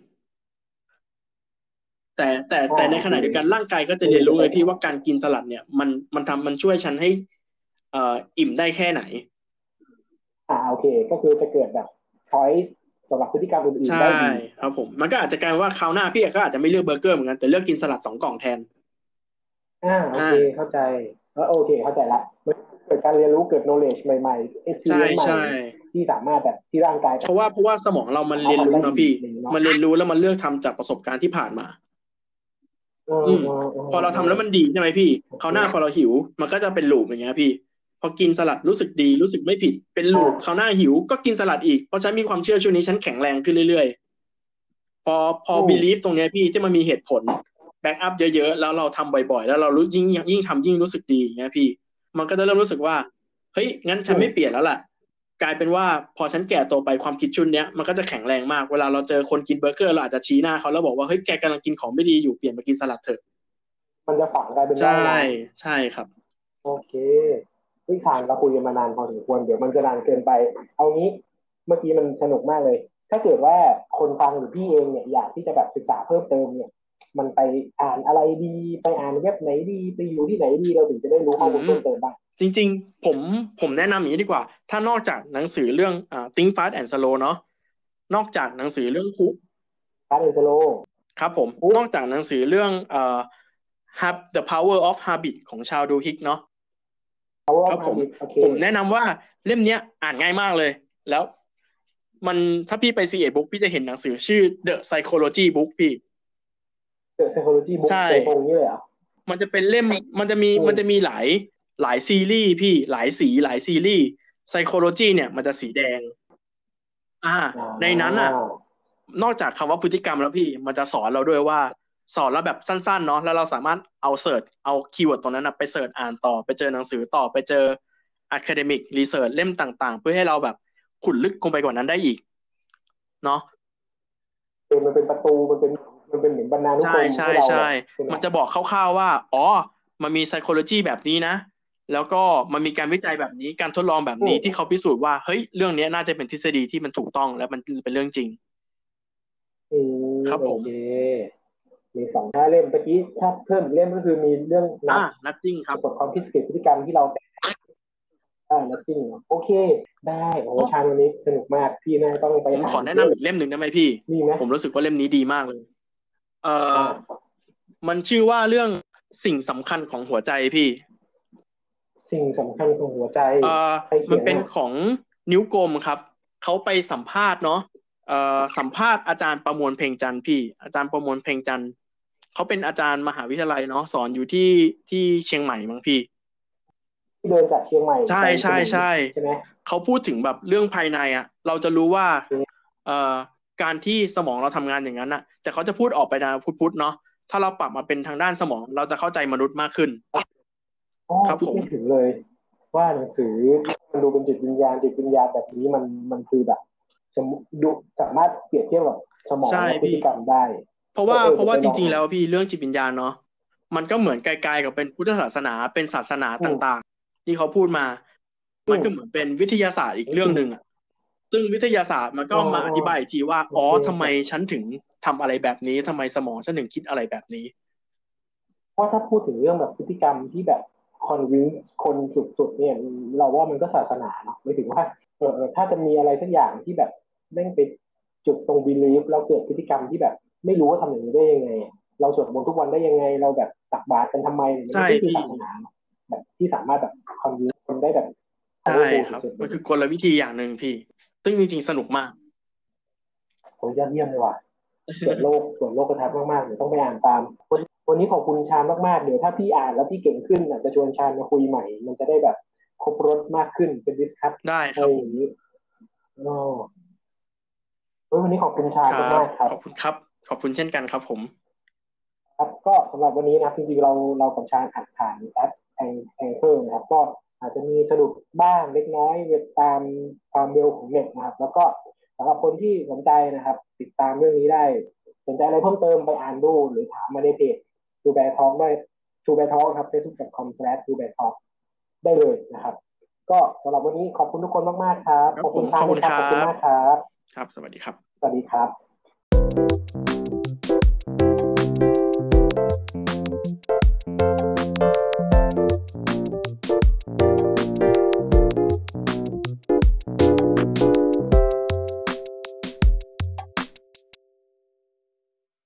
แต่แต่แต่ในอ่าโอเคขณะเดียวกันร่างกายก็จะไม่เรียนรู้รู้จะไปไหนไงพี่ว่าการกินสลัดเนี่ยมันมันทำมันช่วยฉันให้เอ่ออิ่มได้แค่ไหนอ่าโอเคก็คือจะเกิดแบบช้อยส์สำหรับพฤติกรรมอื่นใช่ๆได้ดีครับผมมันก็อาจจะกลายว่าคราวหน้าพี่ก็อาจจะไม่เลือกเบอร์เกอร์เหมือนกันแต่เลือกกินสลัดสองกล่องแทนอ่าโอเคเข้าใจแล้วโอเคเข้าใจละมันเกิดการเรียนรู้เกิด knowledge ใหม่ๆใช่ experience ใหม่ใช่ที่สามารถแบบที่ร่างกายเพราะว่าเพราะว่าสมองเรามันเรียนสามารถทำได้รู้นะพี่อีกอย่างนี้เนาะมันเรียนรู้แล้วมันเลือกทำจากประสบการณ์ที่ผ่านมาเอออืมเออเออพอเราเออทำแล้วมันดีใช่ไหมพี่โอเคคราวหน้าพอเราหิวมันก็จะเป็นลูปอย่างเงี้ยพี่พอกินสลัดรู้สึกดีรู้สึกไม่ผิดเป็นลูปคอ่าราวหน้าหิวก็กินสลัดอีกเพราะฉันมีความเชื่อช่วงนี้ฉันแข็งแรงขึ้นเรื่อยๆพอพออืม belief ตรงเนี้ยพี่ที่มันมีเหตุผลแบ็กอัพเยอะๆแล้วเราทำบ่อยๆแล้วเรารู้ยิ่งยิ่งทำยิ่งรู้สึกดีอย่างเงี้ยพี่มันก็จะเริ่มรู้สึกว่าเฮ้ยงั้นฉันไม่เปอืมลี่ยนแล้วล่ะกลายเป็นว่าพอฉันแก่ตัวไปความคิดชุดเนี้ยมันก็จะแข็งแรงมากเวลาเราเจอคนกินเบอร์เกอร์เราอาจจะชี้หน้าเขาแล้วบอกว่าเฮ้ยแกกำลังกินของไม่ดีอยู่เปลี่ยนมากินสลัดเถอะมันจะฝังกลายเป็นใช่ว่ายน้ใช่ครับำโอเควิชาญเราคุยกันมานานพอสมควรเดี๋ยวมันจะนานเกินไปเอางี้เมื่อกี้มันสนุกมากเลยถ้าเกิดว่าคนฟังหรือพี่เองเนี่ยอยากที่จะแบบศึกษาเพิ่มเติมเนี่ยมันไปอ่านอะไรดีไปอ่านเว็บไหนดีไปอยู่ที่ไหนดีเราถึงจะได้รู้อืข้อมูลมเพิ่มเติมบ้างจริงๆผมผมแนะนำอย่างนี้ดีกว่าถ้านอกจากหนังสือเรื่องอ่า Think Fast and Slow เนาะนอกจากหนังสือเรื่องคุพาร์ทเอนเซโลครับผมปุ๊บนอกจากหนังสือเรื่องเอ่อ Hab- The Power of Habit ของชาวดูฮิกเนาะ power ค of รับผม habit โอเคผมแนะนำว่าเล่มเนี้ยอ่านง่ายมากเลยแล้วมันถ้าพี่ไป ซี เอ็ด Book พี่จะเห็นหนังสือชื่อ The Psychology Book พี่เดอะ psychology book ใช่ตรงๆนี้เลยเหรอมันจะเป็นเล่มมันจะมีอืมมันจะมีหลายหลายซีรีส์พี่หลายสีหลายซีรีส์ Psychology เนี่ยมันจะสีแดงอ่าอ่ในนั้นอ่ะานอกจากคำว่าพฤติกรรมแล้วพี่มันจะสอนเราด้วยว่าสอนเราแบบสั้นๆเนาะแล้วเราสามารถเอาเสิร์ชเอาคีย์เวิร์ดตรงนั้นนะไปเสิร์ชอ่านต่อไปเจอหนังสือต่อไปเจอ academic research เล่มต่างๆเพื่อให้เราแบบขุดลึกลงไปกว่านั้นได้อีกเนาะเป็นมันเป็นประตูมันเป็นมันเป็นเหมือนบรรณานุใช่กรมใช่ให้เราใช่เลยใช่ไหมมันจะบอกคร่าวๆว่าอ๋อมันมี psychology แบบนี้นะแล้วก็มันมีการวิจัยแบบนี้การทดลองแบบอืมนี้ที่เขาพิสูจน์ว่าเฮ้ยเรื่องนี้น่าจะเป็นทฤษฎีที่มันถูกต้องและมันเป็นเรื่องจริงอืมครับผมโอเคมีสองห้าเล่มเมื่อกี้ถ้าเพิ่มอีกเล่มก็คือมีเรื่องนัอ่าดนัดจริงครับสะกดความคิดสกิลพฤติกรรมที่เราอ่านัดจริงเหรอโอเคได้โอ้โอ้ชาญวันนี้สนุกมากพี่น่าต้องไปผมขอ่าอแนะนำนเยอะเลยอีกเล่มหนึ่งได้ไหมพี่มีไหมผมรู้สึกว่าเล่มนี้ดีมากเลยเอ่ออ่ามันชื่อว่าเรื่องสิ่งสำคัญของหัวใจพี่สิ่งสำคัญของหัวใจเอ่อใครมันเป็นเขียนอ่ะของนิ้วกลมครับเขาไปสัมภาษณ์เนาะเอ่อสัมภาษณ์อาจารย์ประมวลเพ็งจันทร์พี่อาจารย์ประมวลเพ็งจันทร์เขาเป็นอาจารย์มหาวิทยาลัยเนาะสอนอยู่ที่ที่เชียงใหม่มั้งพี่ที่เดินจากเชียงใหม่ใช่ไปสใช่มุยใช่ใช่ไหมเขาพูดถึงแบบเรื่องภายในอ่ะเราจะรู้ว่าเอ่อการที่สมองเราทำงานอย่างนั้นอ่ะแต่เขาจะพูดออกไปนะพุทธๆเนาะถ้าเราปรับมาเป็นทางด้านสมองเราจะเข้าใจมนุษย์มากขึ้นอ๋อคิดครับผมไม่ถึงเลยว่าหนังสือมันดูเป็นจิตวิญญาณจิตวิญญาณแบบนี้มันมันคือแบบสมดูสามารถเปรียบเทียบกับสมองใช่และพฤพี่ติกรรมได้เพราะก็เออว่าเพราะว่าจะไปลองอ่านจริงๆแล้วพี่เรื่องจิตวิญญาณเนาะมันก็เหมือนไกลๆกับเป็นพุทธศาสนาเป็นศาสนาอืมต่างๆที่เขาพูดมามันอืมก็เหมือนเป็นวิทยาศาสตร์อีกจริงเรื่องหนึ่งอะซึ่งวิทยาศาสตร์มันก็อ๋อมาออ๋อธิบายอีกทีว่าโอเคอ๋อทำไมฉันถึงทำอะไรแบบนี้ทำไมสมองฉันถึงคิดอะไรแบบนี้เพราะถ้าพูดถึงเรื่องแบบพฤติกรรมที่แบบคอนวินส์คนสุดๆเนี่ยเราว่ามันก็ศาสนาเนาะไม่ถึงว่าเออเออถ้าจะมีอะไรสักอย่างที่แบบแม่งไปจุดตรงบิลีฟแล้วเกิดพฤติกรรมที่แบบไม่รู้ว่าทำอย่างนี้ได้ยังไงเราสวดมนต์ทุกวันได้ยังไงเราแบบตักบาตรกันทำไมเนี่ยใช่มันก็คือพี่ศาสนาเนาะแบบที่สามารถแบบคอนวินส์คนได้แบบใช่ค powerful รับสุดๆเลยมันคือกลวิธีอย่างหนึ่งพี่ซึ่งจริงๆสนุกมากโอ้ยยอดเยี่ยมเลยว่ะเปิดโลกเปิดโลกกระทัดมากๆเดี๋ยวต้องไปอ่านตามวันวันนี้ขอบคุณชาญมากๆเดี๋ยวถ้าพี่อ่านแล้วพี่เก่งขึ้นอาจจะชวนชาญมาคุยใหม่มันจะได้แบบครบรสมากขึ้นเป็นดิสคัทได้คอะไรรับผมอย่างนี้อ๋อเฮ้ยวันนี้ขอบคุณชาญครับมากๆครับขอบคุณครับขอบคุณเช่นกันครับผมครับก็สำหรับวันนี้นะครับจริงๆเราเรากับชาญอ่านผ่านแอปแองแองเกิลนะครับก็อาจจะมีสะดุดบ้างเล็กน้อยเว็บตามความเร็วของเน็ตนะครับแล้วก็สำหรับคนที่สนใจนะครับติดตามเรื่องนี้ได้ สนใจอะไรเพิ่มเติมไปอ่านดูหรือถามมาในเพจทูแบร์ทอ k ได้ทูแบร์ทอ k ครับ facebook dot com slash ทูแบร์ทอ k ได้เลยนะครับก็สำหรับวันนี้ขอบคุณทุกคนมากๆครับครับขอบคุณชาผมขอบคุณญด้วยครับขอบคุณครับมากครับครับสวัสดีครับสวัสดีครับ